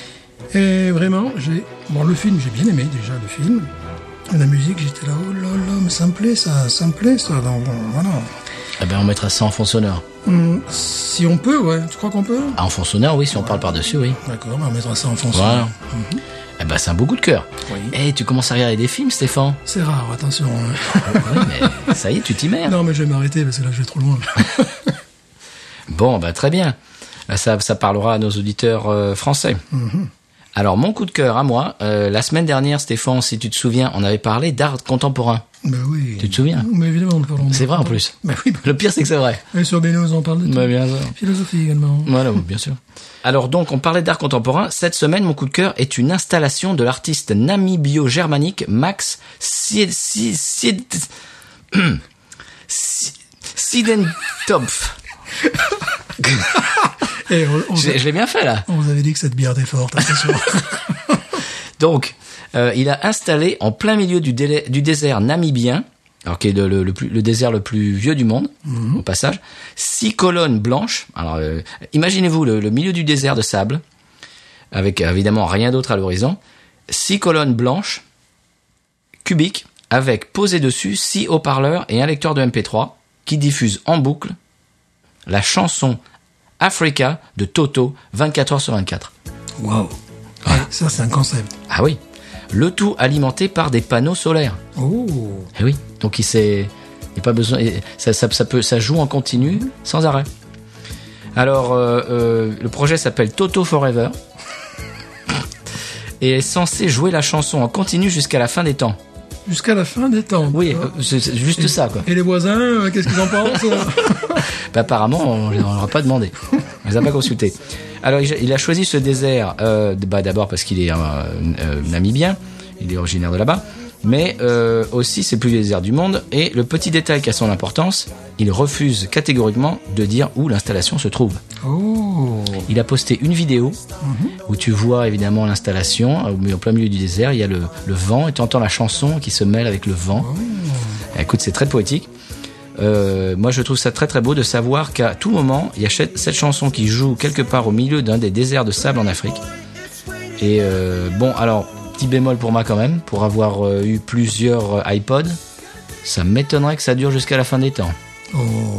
S2: Et vraiment, j'ai, bon, le film, j'ai bien aimé, déjà, le film. Et la musique, j'étais là, oh là là, mais ça me plaît, ça, ça me plaît, ça, donc, bon, voilà.
S1: Eh ben, on mettra ça en fond sonore.
S2: Hum, si on peut, ouais, tu crois qu'on peut?
S1: Ah, en fond sonore, oui, si on parle par-dessus, oui.
S2: D'accord, ben, on mettra ça en fond
S1: Voilà.
S2: sonore.
S1: Eh ben, c'est un beau coup de cœur.
S2: Oui.
S1: Eh, tu commences à regarder des films, Stéphane?
S2: C'est rare, attention. hein.
S1: Oui, mais ça y est, tu t'y mets. hein.
S2: Non, mais je vais m'arrêter parce que là, je vais trop loin.
S1: Bon, bah, très bien. Là, ça, ça parlera à nos auditeurs euh, français. Alors, mon coup de cœur à moi, euh, la semaine dernière, Stéphane, si tu te souviens, on avait parlé d'art contemporain.
S2: Ben oui.
S1: Tu te souviens?
S2: Mais évidemment, nous parlons de-
S1: C'est vrai, en plus.
S2: Ben oui, ben,
S1: Le pire, c'est que c'est vrai.
S2: et sur Bénos, on parle de tout.
S1: Bah, bien sûr.
S2: Philosophie également.
S1: Voilà, oui, bien sûr. Alors donc, on parlait d'art contemporain. Cette semaine, mon coup de cœur est une installation de l'artiste namibio-germanique Max Sid- Sid- Sid- Sid- Sidentopf.
S2: Et on, on,
S1: Je, je l'ai bien fait, là.
S2: on vous avait dit que cette bière était forte, attention.
S1: Donc, euh, il a installé en plein milieu du, délai- du désert namibien, alors qui est le, le, le, plus, le désert le plus vieux du monde, au passage, six colonnes blanches. Alors, euh, imaginez-vous le, le milieu du désert de sable, avec euh, évidemment rien d'autre à l'horizon, six colonnes blanches, cubiques, avec posé dessus six haut-parleurs et un lecteur de M P trois, qui diffusent en boucle la chanson Africa de Toto, vingt-quatre heures sur vingt-quatre.
S2: Waouh. Ça, c'est un concept.
S1: Ah oui. Le tout alimenté par des panneaux solaires.
S2: Oh.
S1: Eh oui. Donc il s'est, il n'y a pas besoin, ça, ça, ça peut, ça joue en continu sans arrêt. Alors euh, euh, le projet s'appelle Toto Forever et est censé jouer la chanson en continu jusqu'à la fin des temps.
S2: Jusqu'à la fin des temps.
S1: Oui, euh, c'est c'est juste
S2: Et-
S1: ça quoi.
S2: Et les voisins, euh, qu'est-ce qu'ils en pensent?
S1: Bah, apparemment, on ne leur a pas demandé. On les a pas consultés. Alors, il il a choisi ce désert, euh, bah, d'abord parce qu'il est euh, euh, namibien, il est originaire de là-bas, mais euh, aussi c'est le plus vieux désert du monde. Et le petit détail qui a son importance, il refuse catégoriquement de dire où l'installation se trouve.
S2: Oh.
S1: Il a posté une vidéo où tu vois évidemment l'installation, au en plein milieu du désert, il y a le, le vent et tu entends la chanson qui se mêle avec le vent. Écoute, c'est très poétique. Euh, moi, je trouve ça très très beau de savoir qu'à tout moment, il y a cette cette chanson qui joue quelque part au milieu d'un des déserts de sable en Afrique. Et euh, bon, alors, petit bémol pour moi quand même, pour avoir euh, eu plusieurs euh, iPods, ça m'étonnerait que ça dure jusqu'à la fin des temps.
S2: Oh.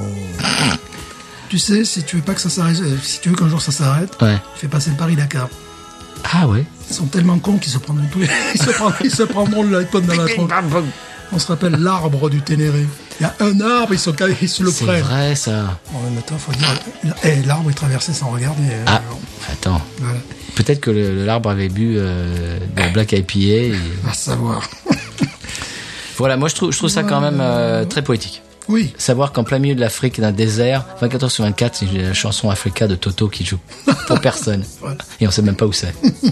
S2: Tu sais, si tu veux pas que ça s'arrête, euh, si tu veux qu'un jour ça s'arrête,
S1: Ouais.
S2: tu fais passer le Paris-Dakar.
S1: Ah ouais.
S2: Ils sont tellement cons qu'ils se prendront tous les... ils, se prendront, ils se prendront l'iPod dans la tronche. On se rappelle l'arbre du Ténéré. Il y a un arbre, ils, sont, ils se le
S1: C'est
S2: prennent.
S1: vrai ça.
S2: En même temps, faut dire, eh, l'arbre est traversé sans regarder. hein.
S1: Ah,
S2: Alors,
S1: attends.
S2: voilà.
S1: Peut-être que le- l'arbre avait bu euh, de la Black I P A. Et...
S2: À savoir.
S1: Voilà, moi je trouve, je trouve ça quand même euh, très poétique.
S2: Oui.
S1: Savoir qu'en plein milieu de l'Afrique, d'un désert, vingt-quatre heures sur vingt-quatre, c'est la chanson Africa de Toto qui joue pour personne.
S2: Voilà.
S1: Et on sait même pas où c'est.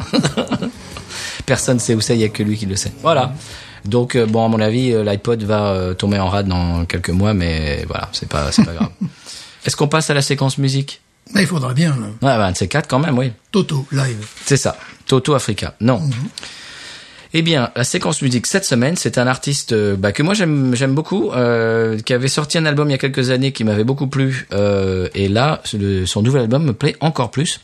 S1: Personne sait où c'est, il y a que lui qui le sait. Voilà. Donc euh, bon, à mon avis, euh, l'iPod va euh, tomber en rade dans quelques mois, mais voilà, c'est pas, c'est pas grave. Est-ce qu'on passe à la séquence musique?
S2: Mais il faudra bien, là.
S1: Ouais, bah, un de ces quatre quand même, oui.
S2: Toto, live.
S1: C'est ça. Toto Africa. Non. Mm-hmm. Eh bien, la séquence musique cette semaine, c'est un artiste euh, bah, que moi j'aime j'aime beaucoup, euh, qui avait sorti un album il y a quelques années qui m'avait beaucoup plu, euh, et là, le, son nouvel album me plaît encore plus.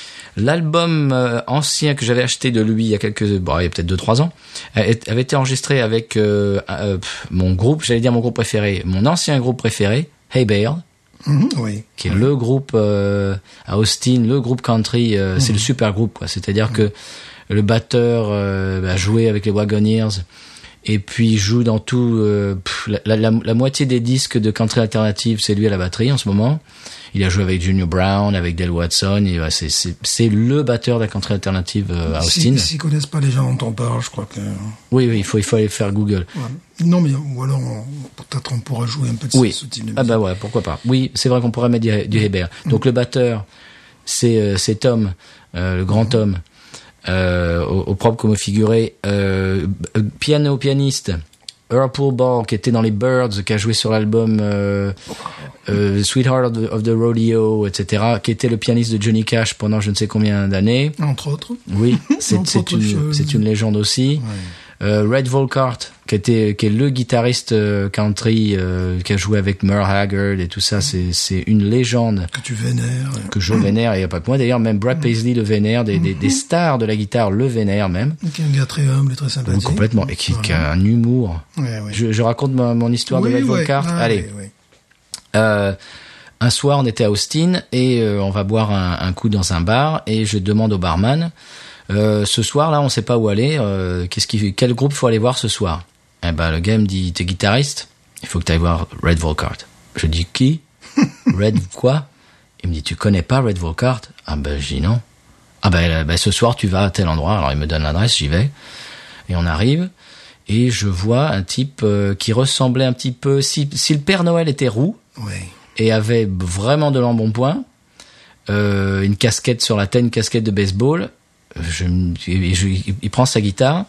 S1: L'album euh, ancien que j'avais acheté de lui il y a quelques, bon, il y a peut-être deux trois ans, avait été enregistré avec euh, euh, mon groupe, j'allais dire mon groupe préféré, mon ancien groupe préféré, Hey Bear.
S2: Mmh, oui.
S1: Qui est
S2: oui.
S1: le groupe euh, à Austin, le groupe country, euh, mmh. c'est le super groupe, quoi. C'est-à-dire mmh. que le batteur euh, a joué avec les Wagoneers et puis joue dans tout. Euh, pff, la, la, la moitié des disques de country alternative, c'est lui à la batterie en ce moment. Il a joué avec Junior Brown, avec Dale Watson. Et, ouais, c'est, c'est, c'est le batteur de la country alternative euh, à Austin.
S2: Si, s'ils connaissent pas les gens dont on parle, je crois que.
S1: Oui, oui, il faut, il faut aller faire Google.
S2: Ouais. Non, mais ou alors on, peut-être on pourra jouer un peu de
S1: oui.
S2: ce type de musique.
S1: Ah bah ouais, pourquoi pas. Oui, c'est vrai qu'on pourrait mettre du, du
S2: mmh.
S1: Hébert. Donc mmh. le batteur, c'est euh, c'est Tom, euh, le grand mmh. Tom. Euh, au, au propre comme au figuré, euh, piano pianiste Earl Poolball qui était dans les Byrds, qui a joué sur l'album euh, euh, Sweetheart of the, of the Rodeo, et cetera, qui était le pianiste de Johnny Cash pendant je ne sais combien d'années.
S2: Entre autres.
S1: Oui, c'est,
S2: Entre
S1: c'est,
S2: autres
S1: une,
S2: choses.
S1: c'est une légende aussi.
S2: Ouais.
S1: Euh, Red Volkart, qui était, qui est le guitariste euh, country, euh, qui a joué avec Merle Haggard et tout ça, c'est, c'est une légende.
S2: Que tu vénères.
S1: Que je vénère, et il n'y a pas que moi. D'ailleurs, même Brad Paisley le vénère, des, des, des stars de la guitare le vénèrent même.
S2: Qui est un gars très humble et très sympathique.
S1: Oui, complètement. Et qui,
S2: voilà.
S1: qui a un humour.
S2: Ouais, ouais.
S1: Je, je raconte ma, mon histoire
S2: oui,
S1: de Red
S2: ouais.
S1: Volkart.
S2: Ah,
S1: Allez.
S2: oui, oui.
S1: Euh, un soir, on était à Austin et euh, on va boire un, un coup dans un bar et je demande au barman, euh, ce soir-là, on sait pas où aller, euh, qu'est-ce qui, quel groupe faut aller voir ce soir? Eh ben, le gars me dit, t'es guitariste? Il faut que t'ailles voir Red Volkart. Je dis, qui? Red quoi? Il me dit, tu connais pas Red Volkart? Ah ben, je dis non. Ah ben, ben, ce soir, tu vas à tel endroit. Alors, il me donne l'adresse, j'y vais. Et on arrive. Et je vois un type euh, qui ressemblait un petit peu, si, si le Père Noël était roux,
S2: oui.
S1: et avait vraiment de l'embonpoint, euh, une casquette sur la tête, une casquette de baseball, je, je, je, il prend sa guitare,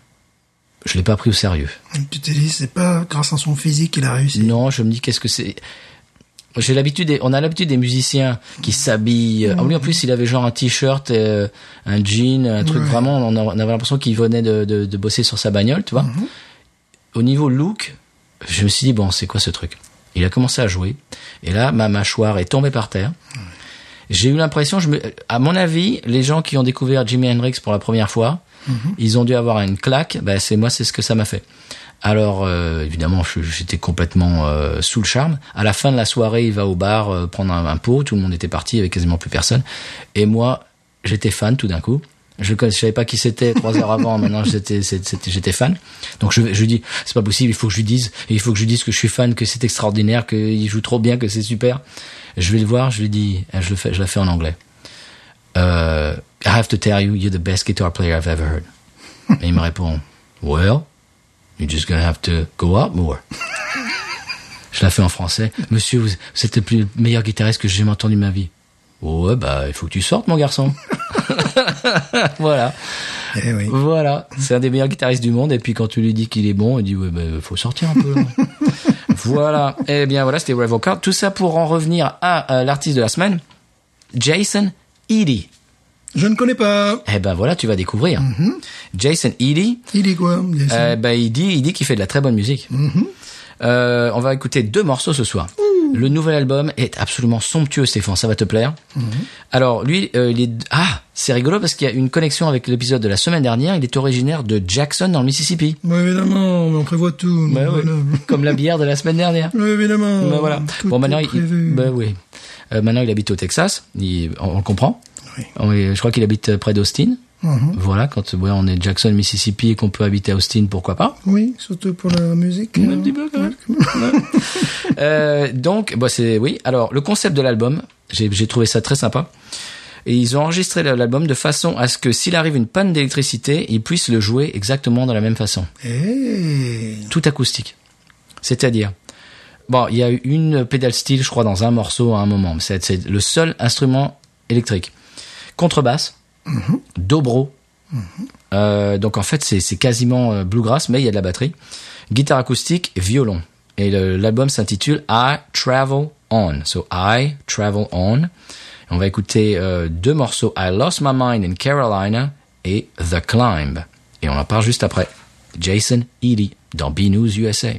S1: je l'ai pas pris au sérieux.
S2: Tu t'es dit, c'est pas grâce à son physique qu'il a réussi.
S1: Non, je me dis, qu'est-ce que c'est? J'ai l'habitude, des, on a l'habitude des musiciens qui s'habillent. Mmh. Lui, en plus, il avait genre un t-shirt, euh, un jean, un truc ouais. vraiment. On, a, on avait l'impression qu'il venait de, de, de bosser sur sa bagnole, tu vois. Mmh. Au niveau look, je me suis dit bon, c'est quoi ce truc? Il a commencé à jouer, et là, ma mâchoire est tombée par terre. Mmh. J'ai eu l'impression, je me, à mon avis, les gens qui ont découvert Jimi Hendrix pour la première fois, mmh. ils ont dû avoir une claque. Ben, c'est moi, c'est ce que ça m'a fait. Alors, euh, évidemment, je, j'étais complètement euh, sous le charme. À la fin de la soirée, il va au bar euh, prendre un, un pot. Tout le monde était parti, il y avait quasiment plus personne. Et moi, j'étais fan tout d'un coup. Je ne savais pas qui c'était trois heures avant. Maintenant, j'étais, c'était, j'étais fan. Donc, je, je lui dis, c'est pas possible. Il faut que je lui dise. Et il faut que je lui dise que je suis fan, que c'est extraordinaire, qu'il joue trop bien, que c'est super. Je vais le voir. Je lui dis, je le fais, je la fais en anglais. Uh, I have to tell you, you're the best guitar player I've ever heard. Et il me répond, well. You're just gonna have to go out more. Je la fais en français. Monsieur, vous, vous êtes le plus meilleur guitariste que j'ai jamais entendu de ma vie. Ouais, bah, il faut que tu sortes, mon garçon. Voilà.
S2: Eh oui.
S1: Voilà. C'est un des meilleurs guitaristes du monde. Et puis, quand tu lui dis qu'il est bon, il dit, ouais, bah, faut sortir un peu. Voilà. Eh bien, voilà, c'était Red Volkart. Tout ça pour en revenir à, à l'artiste de la semaine. Jason Eady.
S2: Je ne connais pas.
S1: Eh ben voilà, tu vas découvrir. Mm-hmm. Jason Eady.
S2: Il dit quoi, Jason?
S1: Euh, ben il dit, il dit qu'il fait de la très bonne musique. Mm-hmm. Euh, on va écouter deux morceaux ce soir. Ouh. Le nouvel album est absolument somptueux, Stéphane, ça va te plaire. Mm-hmm. Alors lui, euh, il est ah, c'est rigolo parce qu'il y a une connexion avec l'épisode de la semaine dernière. Il est originaire de Jackson dans le Mississippi.
S2: Oui, évidemment, on prévoit tout.
S1: Ben oui. Voilà. Comme la bière de la semaine dernière.
S2: Oui, évidemment.
S1: Ben voilà.
S2: Tout
S1: bon maintenant,
S2: est prévu.
S1: il, ben oui. Euh, maintenant il habite au Texas. Il, on, on le comprend. Oui. Je crois qu'il habite près d'Austin. Mm-hmm. Voilà, quand ouais, on est Jackson, Mississippi et qu'on peut habiter à Austin, pourquoi pas?
S2: Oui, surtout pour la musique.
S1: Un petit peu quand même. euh, donc, bah c'est oui. Alors, le concept de l'album, j'ai, j'ai trouvé ça très sympa. Et ils ont enregistré l'album de façon à ce que s'il arrive une panne d'électricité, ils puissent le jouer exactement de la même façon.
S2: Hey.
S1: Tout acoustique. C'est-à-dire, Bon, il y a eu une pédale steel, je crois, dans un morceau à un moment. C'est, c'est le seul instrument électrique. Contrebasse, mm-hmm. dobro. Mm-hmm. Euh, donc en fait, c'est, c'est quasiment euh, bluegrass, mais il y a de la batterie. Guitare acoustique, violon. Et le, l'album s'intitule I Travel On. So I Travel On. On va écouter euh, deux morceaux, I Lost My Mind in Carolina et The Climb. Et on en parle juste après. Jason Healy dans B News U S A.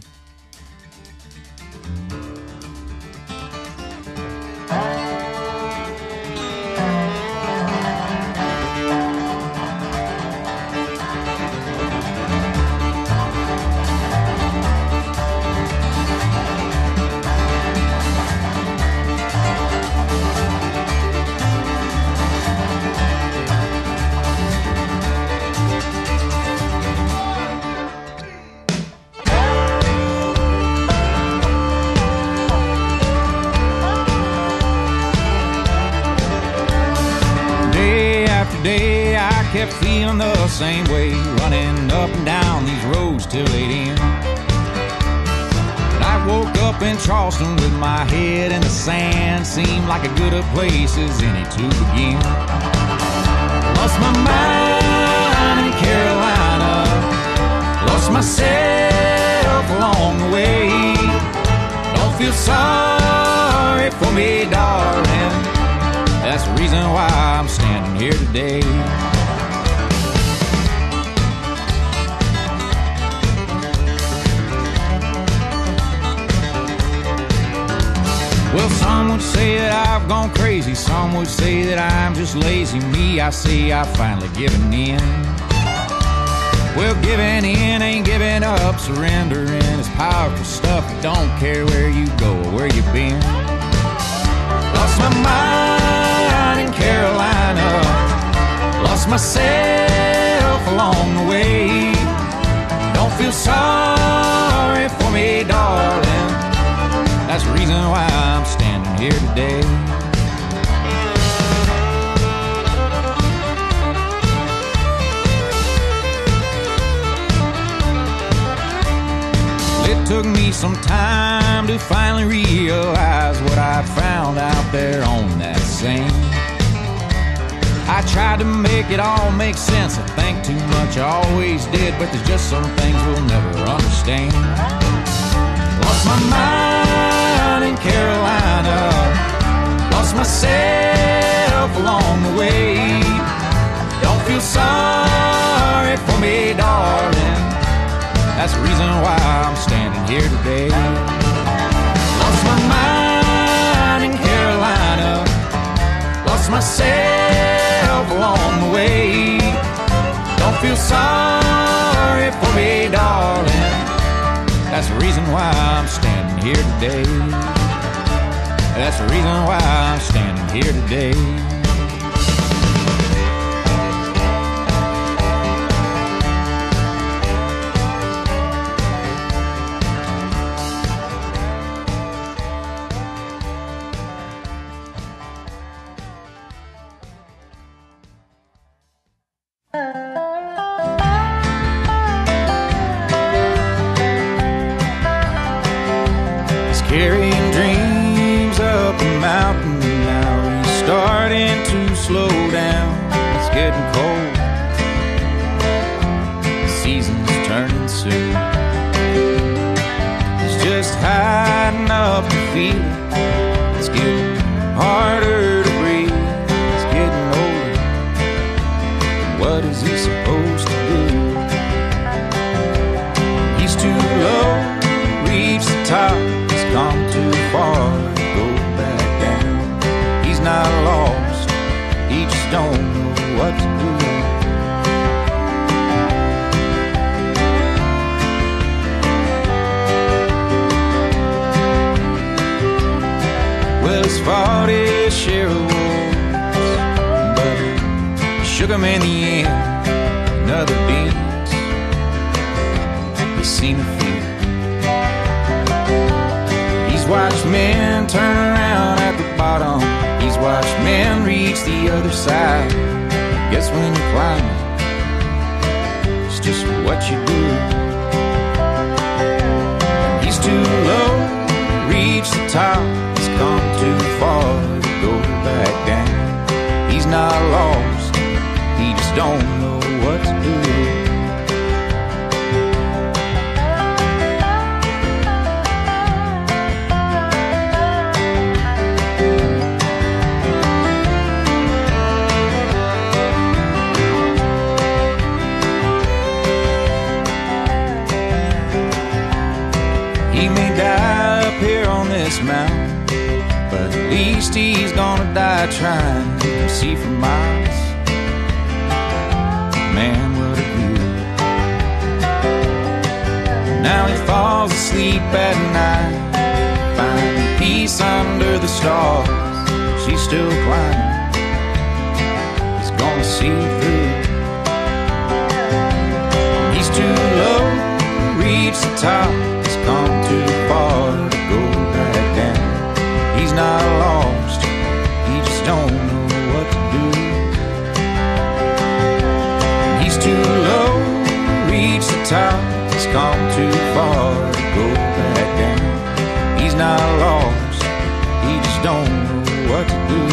S5: Feeling the same way, running up and down these roads till eight a.m. And I woke up in Charleston with my head in the sand. Seemed like a good a place as any to begin. Lost my mind in Carolina, lost myself along the way. Don't feel sorry for me, darling, that's the reason why I'm standing here today. Well, some would say that I've gone crazy, some would say that I'm just lazy. Me, I say I've finally given in. Well, giving in ain't giving up, surrendering is powerful stuff. Don't care where you go or where you've been. Lost my mind in Carolina, lost myself along the way. Don't feel sorry for me, darling, that's the reason why I'm standing here today. It took me some time to finally realize what I'd found out there on that sand. I tried to make it all make sense. I think too much, I always did, but there's just some things we'll never understand. Lost my mind in Carolina, lost myself along the way. Don't feel sorry for me, darling, that's the reason why I'm standing here today. Lost my mind in Carolina, lost myself along the way. Don't feel sorry for me, darling, that's the reason why I'm standing here today. That's the reason why I'm standing here today. Carrying dreams up a mountain, now he's starting to slow down. It's getting cold, the season's turning soon. He's just high enough to feel it. It's getting harder to breathe, it's getting older. What is he supposed to do? He's too low, reach the top, come too far to go back down. He's not lost, he just don't know what to do. Well, he's fought his share of wars, but he shook him in the end. Another beats, he's seen a few. He's watched men turn around at the bottom, he's watched men reach the other side. Guess when you climb, it's just what you do. He's too low, what to do. He may die up here on this mountain, but at least he's gonna die trying to see for miles. Man, what a view. Now he falls asleep at night, finding peace under the stars. She's still climbing, he's gonna see through. He's too low to reach the top, he's gone too far to go back down. He's not lost, he just don't know what to do. He's too low to reach the top, he's gone too far to go back down. He's not lost, he just don't know what to do.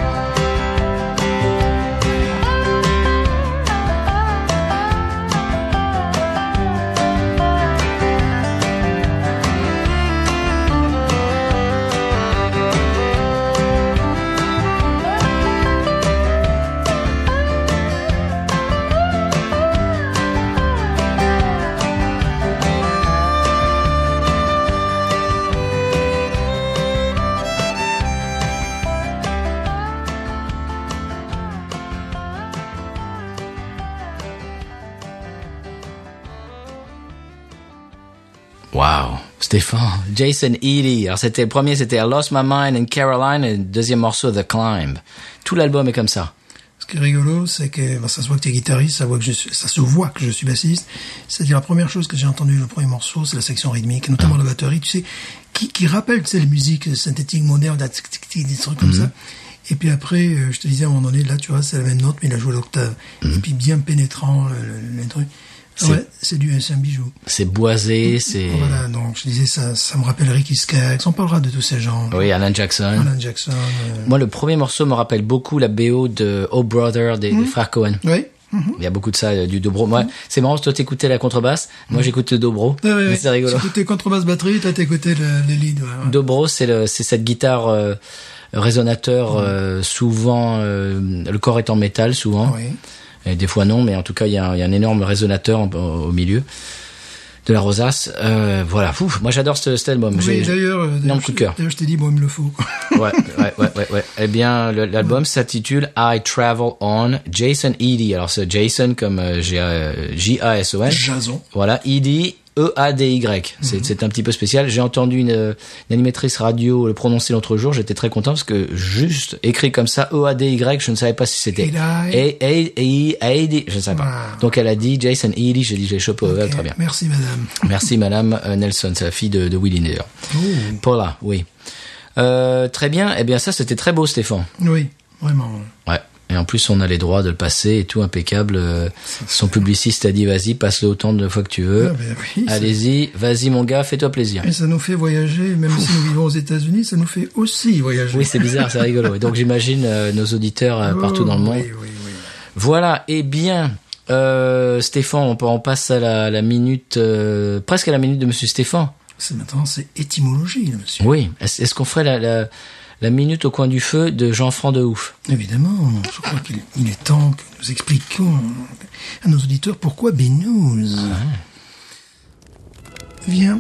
S1: Wow, Stéphane, Jason Eady. Alors c'était le premier, c'était I Lost My Mind in Caroline, et le deuxième morceau The Climb. Tout l'album est comme ça.
S2: Ce qui est rigolo, c'est que bah, ça se voit que tu es guitariste, ça, voit que je suis, ça se voit que je suis bassiste. C'est-à-dire la première chose que j'ai entendue, le premier morceau, c'est la section rythmique, notamment ah. la batterie, tu sais, qui, qui rappelle, tu sais, les musiques synthétiques modernes, des trucs comme mm-hmm. ça. Et puis après, euh, je te disais à un moment donné, là, tu vois, c'est la même note, mais il a joué l'octave. Mm-hmm. Et puis bien pénétrant, le, le, le truc. C'est, ouais, c'est du, c'est un bijou.
S1: C'est boisé, c'est...
S2: Voilà, donc je disais, ça, ça me rappelle Ricky Skaggs, on parlera de tous ces gens.
S1: Oui, Alan Jackson.
S2: Alan Jackson. Euh...
S1: Moi, le premier morceau me rappelle beaucoup la B O de Oh Brother des, mmh. des frères Cohen.
S2: Oui. Mmh.
S1: Il y a beaucoup de ça, du dobro. Moi, mmh. c'est marrant, toi t'écoutais la contrebasse, mmh. moi j'écoute le dobro.
S2: Oui, oui,
S1: c'est rigolo.
S2: J'écoutais contrebasse batterie, toi t'écoutais le, les leads. Ouais, ouais.
S1: Dobro, c'est le, c'est cette guitare, euh, résonateur, mmh. euh, souvent, euh, le corps est en métal, souvent. Oui. Et des fois non, mais en tout cas il y a, il y a un énorme résonateur au, au milieu de la rosace. Euh, voilà, Ouf, moi j'adore ce, cet album.
S2: Oui,
S1: J'ai
S2: d'ailleurs,
S1: un
S2: d'ailleurs,
S1: coup de cœur.
S2: D'ailleurs je t'ai dit bon il me le faut.
S1: ouais, ouais, ouais, ouais, ouais. Eh bien le, l'album s'intitule I Travel On. Jason Eady. Alors c'est Jason comme euh, J A S O N.
S2: Jason.
S1: Voilà, Eady. E A D Y. C'est, mm-hmm. c'est un petit peu spécial. J'ai entendu une, une animatrice radio le prononcer l'autre jour. J'étais très content parce que juste écrit comme ça, E A D Y, je ne savais pas si c'était A D Y. Je ne savais pas. Wow. Donc elle a dit Jason Eady. J'ai dit, j'ai chopé au okay. Très bien.
S2: Merci madame.
S1: Merci madame Nelson. C'est la fille de, de Willie d'ailleurs. Oh. Paula, oui. Euh, très bien. Eh bien ça, c'était très beau, Stéphane.
S2: Oui, vraiment.
S1: Ouais. Et en plus, on a les droits de le passer et tout, impeccable. Son publiciste a dit, vas-y, passe-le autant de fois que tu veux. Ah ben oui, allez-y, vas-y mon gars, fais-toi plaisir.
S2: Et ça nous fait voyager, même Ouf. Si nous vivons aux États-Unis, ça nous fait aussi voyager.
S1: Oui, c'est bizarre, c'est rigolo. Et donc j'imagine euh, nos auditeurs euh, partout
S2: oh,
S1: dans le monde.
S2: Oui, oui, oui.
S1: Voilà, eh bien, euh, Stéphane, on, on passe à la, la minute, euh, presque à la minute de Monsieur Stéphane.
S2: C'est maintenant, c'est étymologie, là, monsieur.
S1: Oui, est-ce, est-ce qu'on ferait la... la La minute au coin du feu de Jean-Franc de Ouf.
S2: Évidemment, je crois qu'il il est temps que nous expliquions à nos auditeurs pourquoi Bénouse ouais. vient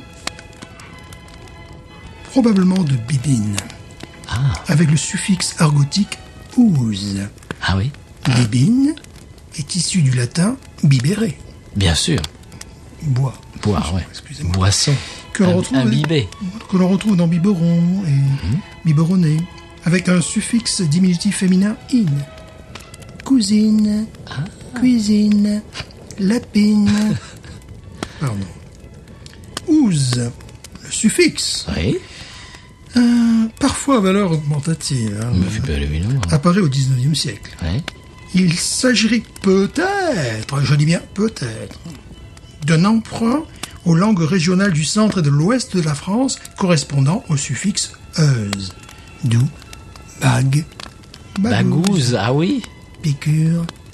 S2: probablement de bibine,
S1: ah.
S2: avec le suffixe argotique ouse.
S1: Ah oui.
S2: Bibine est issu du latin bibere.
S1: Bien sûr.
S2: Bois.
S1: Boire, ouais.
S2: Excusez-moi.
S1: Boisson.
S2: Que l'on retrouve,
S1: imbibé.
S2: Que l'on retrouve dans biberon et mmh. biberonné, avec un suffixe diminutif féminin in. Cousine, ah. cuisine, lapine. Pardon. Ouse, le suffixe.
S1: Oui.
S2: Euh, parfois à valeur augmentative. Hein,
S1: euh,
S2: apparaît au dix-neuvième siècle.
S1: Oui.
S2: Il s'agirait peut-être, je dis bien peut-être, d'un emprunt aux langues régionales du centre et de l'ouest de la France, correspondant au suffixe euse, d'où bague,
S1: bagouze, ah oui,
S2: piqûre,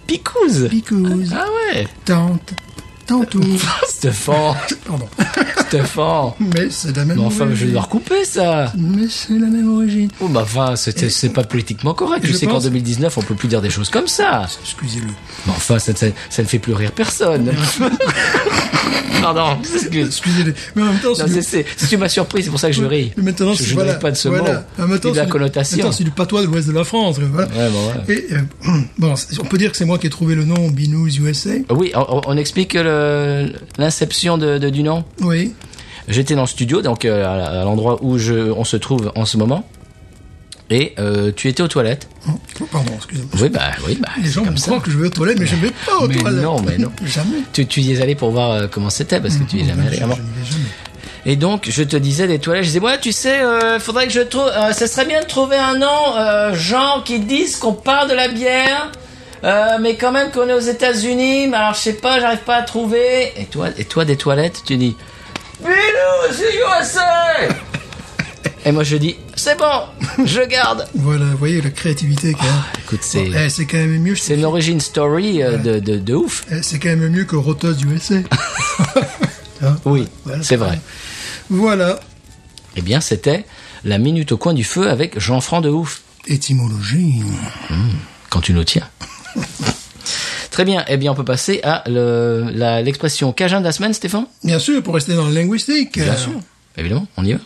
S1: Picouse.
S2: Picouse.
S1: Ah ouais.
S2: Tante. Tantou.
S1: Stéphane.
S2: Pardon.
S1: Stéphane.
S2: Mais c'est la même
S1: Mais enfin, je
S2: origine.
S1: vais devoir couper ça.
S2: Mais c'est la même origine.
S1: Oh, bah enfin, c'est, c'est pas politiquement correct.
S2: Et
S1: Tu
S2: je
S1: sais qu'en
S2: pense-
S1: deux mille dix-neuf, on peut plus dire des choses comme ça.
S2: Excusez-le.
S1: Mais enfin, ça, ça, ça ne fait plus rire personne. Pardon, excuse.
S2: Excusez-le. Mais en même temps,
S1: Non,
S2: c'est
S1: c'est,
S2: du-
S1: c'est, c'est- tu m'as surpris, c'est pour ça que je ris.
S2: Mais maintenant,
S1: je
S2: c'est
S1: je
S2: voilà,
S1: n'arrive pas de ce
S2: voilà.
S1: mot.
S2: En même temps,
S1: Et de la
S2: c'est du-
S1: connotation.
S2: Maintenant, c'est du patois de l'ouest de la France. Voilà.
S1: Ouais, bon, ouais.
S2: Et euh, bon, c'est- on peut dire que c'est moi qui ai trouvé le nom Binous U S A.
S1: Oui, on, on explique le, l'inception de, de, du nom.
S2: Oui.
S1: J'étais dans le studio, donc euh, à, à l'endroit où je, on se trouve en ce moment, et euh, tu étais aux toilettes.
S2: Oh, pardon, excusez-moi.
S1: Oui, bah, oui, bah,
S2: Les
S1: c'est
S2: gens
S1: comme
S2: me
S1: ça.
S2: croient que je vais aux toilettes, mais je ne vais pas aux
S1: Mais
S2: toilettes.
S1: non, mais non.
S2: Jamais.
S1: Tu, tu y es allé pour voir euh, comment c'était, parce que tu y es jamais
S2: Je,
S1: allé
S2: je
S1: avant.
S2: n'y vais jamais.
S1: Et donc, je te disais des toilettes, je disais, ouais, tu sais, euh, faudrait que je trouve, euh, ça serait bien de trouver un nom, euh, gens qui disent qu'on parle de la bière, euh, mais quand même qu'on est aux États-Unis, mais alors je sais pas, j'arrive pas à trouver. Et toi, et toi des toilettes, tu dis, Binous U S A. Et moi je dis, c'est bon, je garde.
S2: Voilà, vous voyez la créativité quand même.
S1: Écoute, c'est,
S2: Bon, eh, c'est quand même mieux.
S1: c'est une origin story euh, de, de, de ouf.
S2: Eh, c'est quand même mieux que Rotos U S A. Hein?
S1: Oui,
S2: Voilà,
S1: c'est vrai.
S2: Voilà.
S1: Eh bien, c'était la minute au coin du feu avec Jean-Franc de ouf.
S2: Étymologie.
S1: Quand tu nous tiens. Très bien. Eh bien, on peut passer à le, la, l'expression cajun de la semaine, Stéphane?
S2: Bien sûr, pour rester dans le linguistique.
S1: Bien
S2: euh,
S1: sûr. Évidemment, on y va.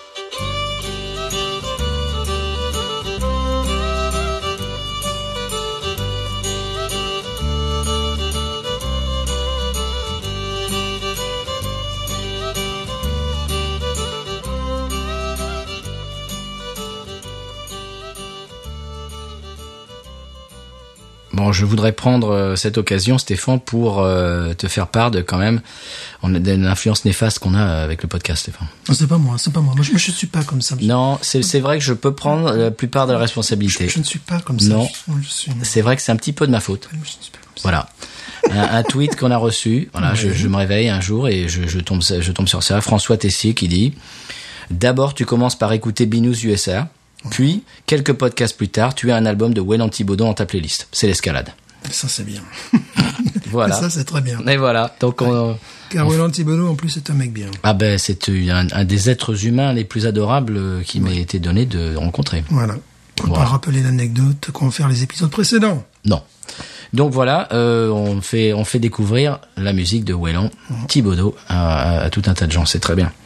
S1: Bon, je voudrais prendre euh, cette occasion, Stéphane, pour euh, te faire part de quand même on a de l'influence néfaste qu'on a avec le podcast, Stéphane.
S2: Non, c'est pas moi, c'est pas moi. Moi, je, moi, je suis pas comme ça. monsieur.
S1: Non, c'est, c'est vrai que je peux prendre la plupart de la responsabilité.
S2: Je, je ne suis pas comme ça.
S1: Non.
S2: Je, moi, je suis.
S1: C'est vrai que c'est un petit peu de ma faute.
S2: Je ne suis pas comme ça.
S1: Voilà. Un, un tweet qu'on a reçu. Voilà,
S2: Oui.
S1: je, je me réveille un jour et je, je tombe, je tombe sur ça. François Tessier qui dit: d'abord, tu commences par écouter Binous U S A, puis quelques podcasts plus tard, tu as un album de Wayland Thiebaudon dans ta playlist. C'est l'escalade.
S2: Ça, c'est bien.
S1: Voilà.
S2: Ça, c'est très bien.
S1: Et voilà. Donc on,
S2: Car Roland Thibodeau, en plus, c'est un mec bien.
S1: ah ben c'est un, un des êtres humains les plus adorables qui m'a été donné de rencontrer.
S2: Voilà. On
S1: Voilà.
S2: va rappeler l'anecdote qu'ont fait les épisodes précédents.
S1: Non. Donc voilà, euh, on fait on fait découvrir la musique de Wayland Thiebaudon à, à, à tout un tas de gens, c'est très bien.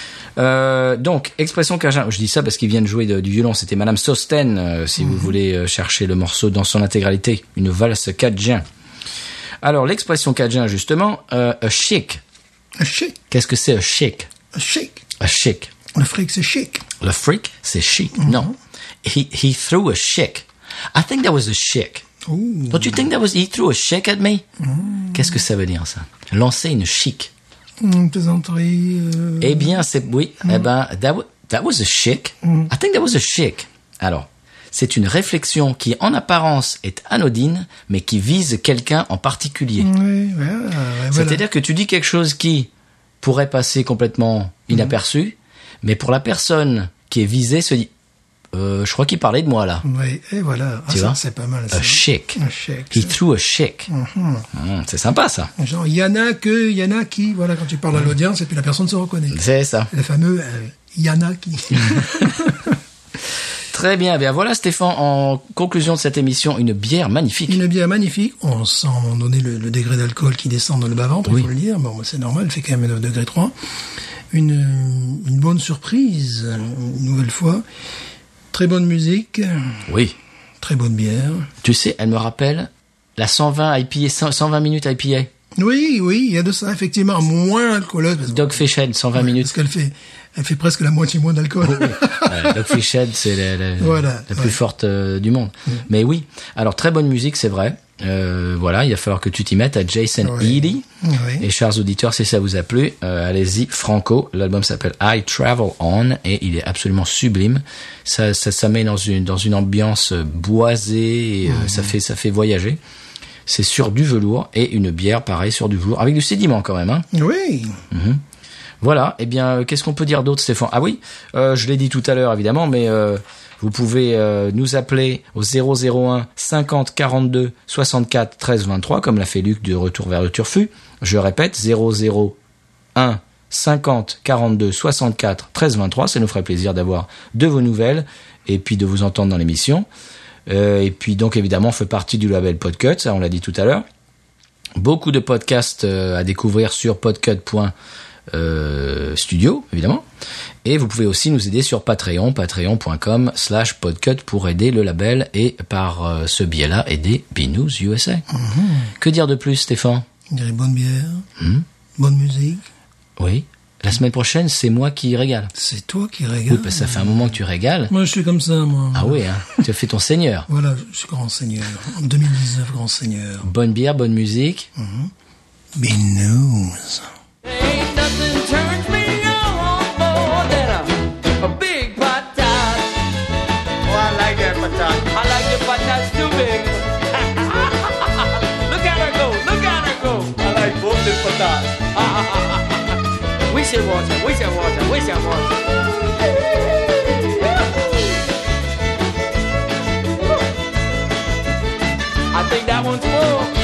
S1: Euh, donc expression cajun, je dis ça parce qu'il vient de jouer de, du violon, c'était Madame Sosten, euh, si vous voulez euh, chercher le morceau dans son intégralité, une valse cajun. Alors l'expression cajun justement, euh, a chic.
S2: Un chic.
S1: Qu'est-ce que c'est a chic?
S2: Un chic.
S1: A chic.
S2: Le fric, c'est chic.
S1: Le freak, c'est chic. Non. He, he threw a chic. I think that was a chic.
S2: Ouh.
S1: Don't you think that was, he threw a chic at me? Qu'est-ce que ça veut dire, ça? Lancer une chic.
S2: Une plaisanterie. Euh...
S1: Eh bien, c'est, oui, eh ben, that, wa- that was a chic. I think that was a chic. Alors, c'est une réflexion qui, en apparence, est anodine, mais qui vise quelqu'un en particulier.
S2: Oui, voilà, ouais, voilà.
S1: C'est-à-dire que tu dis quelque chose qui pourrait passer complètement inaperçu, mais pour la personne qui est visée, se dit, euh, je crois qu'il parlait de moi, là.
S2: Oui, et voilà. Ah,
S1: Tu
S2: ça,
S1: vois?
S2: c'est pas mal.
S1: A
S2: ça.
S1: chic.
S2: Un chic.
S1: He
S2: ça.
S1: threw a chic. Hum, c'est sympa, ça.
S2: Genre, il y en a que, il y en a qui, voilà, quand tu parles à l'audience, et puis la personne se reconnaît.
S1: C'est ça.
S2: Le fameux, euh, il y en a qui.
S1: Très bien. Bien voilà, Stéphane, en conclusion de cette émission, une bière magnifique.
S2: Une bière magnifique. On sent à un moment donné le, le degré d'alcool qui descend dans le bas-ventre,
S1: Oui.
S2: il faut le dire. Bon, c'est normal, elle fait quand même neuf degrés trois. Une, une bonne surprise, une nouvelle fois. Très bonne musique,
S1: Oui.
S2: très bonne bière.
S1: Tu sais, elle me rappelle la cent vingt I P A, cent cent vingt minutes I P A.
S2: Oui, oui, il y a de ça, effectivement, moins alcooleuse. Parce,
S1: Dogfish Head, cent vingt
S2: parce
S1: minutes.
S2: qu'elle fait, elle fait presque la moitié moins d'alcool.
S1: Ouais, Dogfish Head, c'est la, la-
S2: Voilà,
S1: la plus
S2: ouais.
S1: forte euh, du monde. Mais oui, alors très bonne musique, c'est vrai. Euh, voilà, il va falloir que tu t'y mettes à Jason
S2: Oui.
S1: Eady.
S2: Oui.
S1: Et chers auditeurs, si ça vous a plu, euh, allez-y, franco. L'album s'appelle I Travel On et il est absolument sublime. Ça, ça, ça met dans une dans une ambiance euh, boisée et euh, ça fait ça fait voyager. C'est sur du velours et une bière pareil sur du velours avec du sédiment quand même. Hein.
S2: Oui.
S1: Voilà. Eh bien, euh, qu'est-ce qu'on peut dire d'autre, Stéphane? Ah oui, euh, je l'ai dit tout à l'heure évidemment, mais euh, Vous pouvez euh, nous appeler au zéro zéro un cinquante quarante-deux soixante-quatre treize vingt-trois, comme l'a fait Luc de Retour vers le Turfu. Je répète, zéro zéro un cinquante quarante-deux soixante-quatre treize vingt-trois. Ça nous ferait plaisir d'avoir de vos nouvelles et puis de vous entendre dans l'émission. Euh, et puis donc évidemment, on fait partie du label Podcut, ça on l'a dit tout à l'heure. Beaucoup de podcasts euh, à découvrir sur podcut point studio, évidemment. Et vous pouvez aussi nous aider sur Patreon, patreon point com slash podcut pour aider le label et par euh, ce biais-là aider B-News U S A. Mm-hmm. Que dire de plus, Stéphane?
S2: Il y a des bonnes bières, mm. bonne musique.
S1: Oui. La semaine prochaine, c'est moi qui régale.
S2: C'est toi qui régales.
S1: Oui, parce que ça fait un moment que tu régales.
S2: Moi, je suis comme ça, moi.
S1: Ah oui, hein. Tu as fait ton seigneur.
S2: Voilà, je suis grand seigneur. En deux mille dix-neuf, grand seigneur.
S1: Bonne bière, bonne musique.
S2: Mm-hmm. B-News.
S6: Ain't nothing turns me on more than a, a big patat. Oh, I like that patat. I like the patats too big. Look at her go, look at her go. I like both the patats. We should watch her, we should watch her, we should watch her. I think that one's full.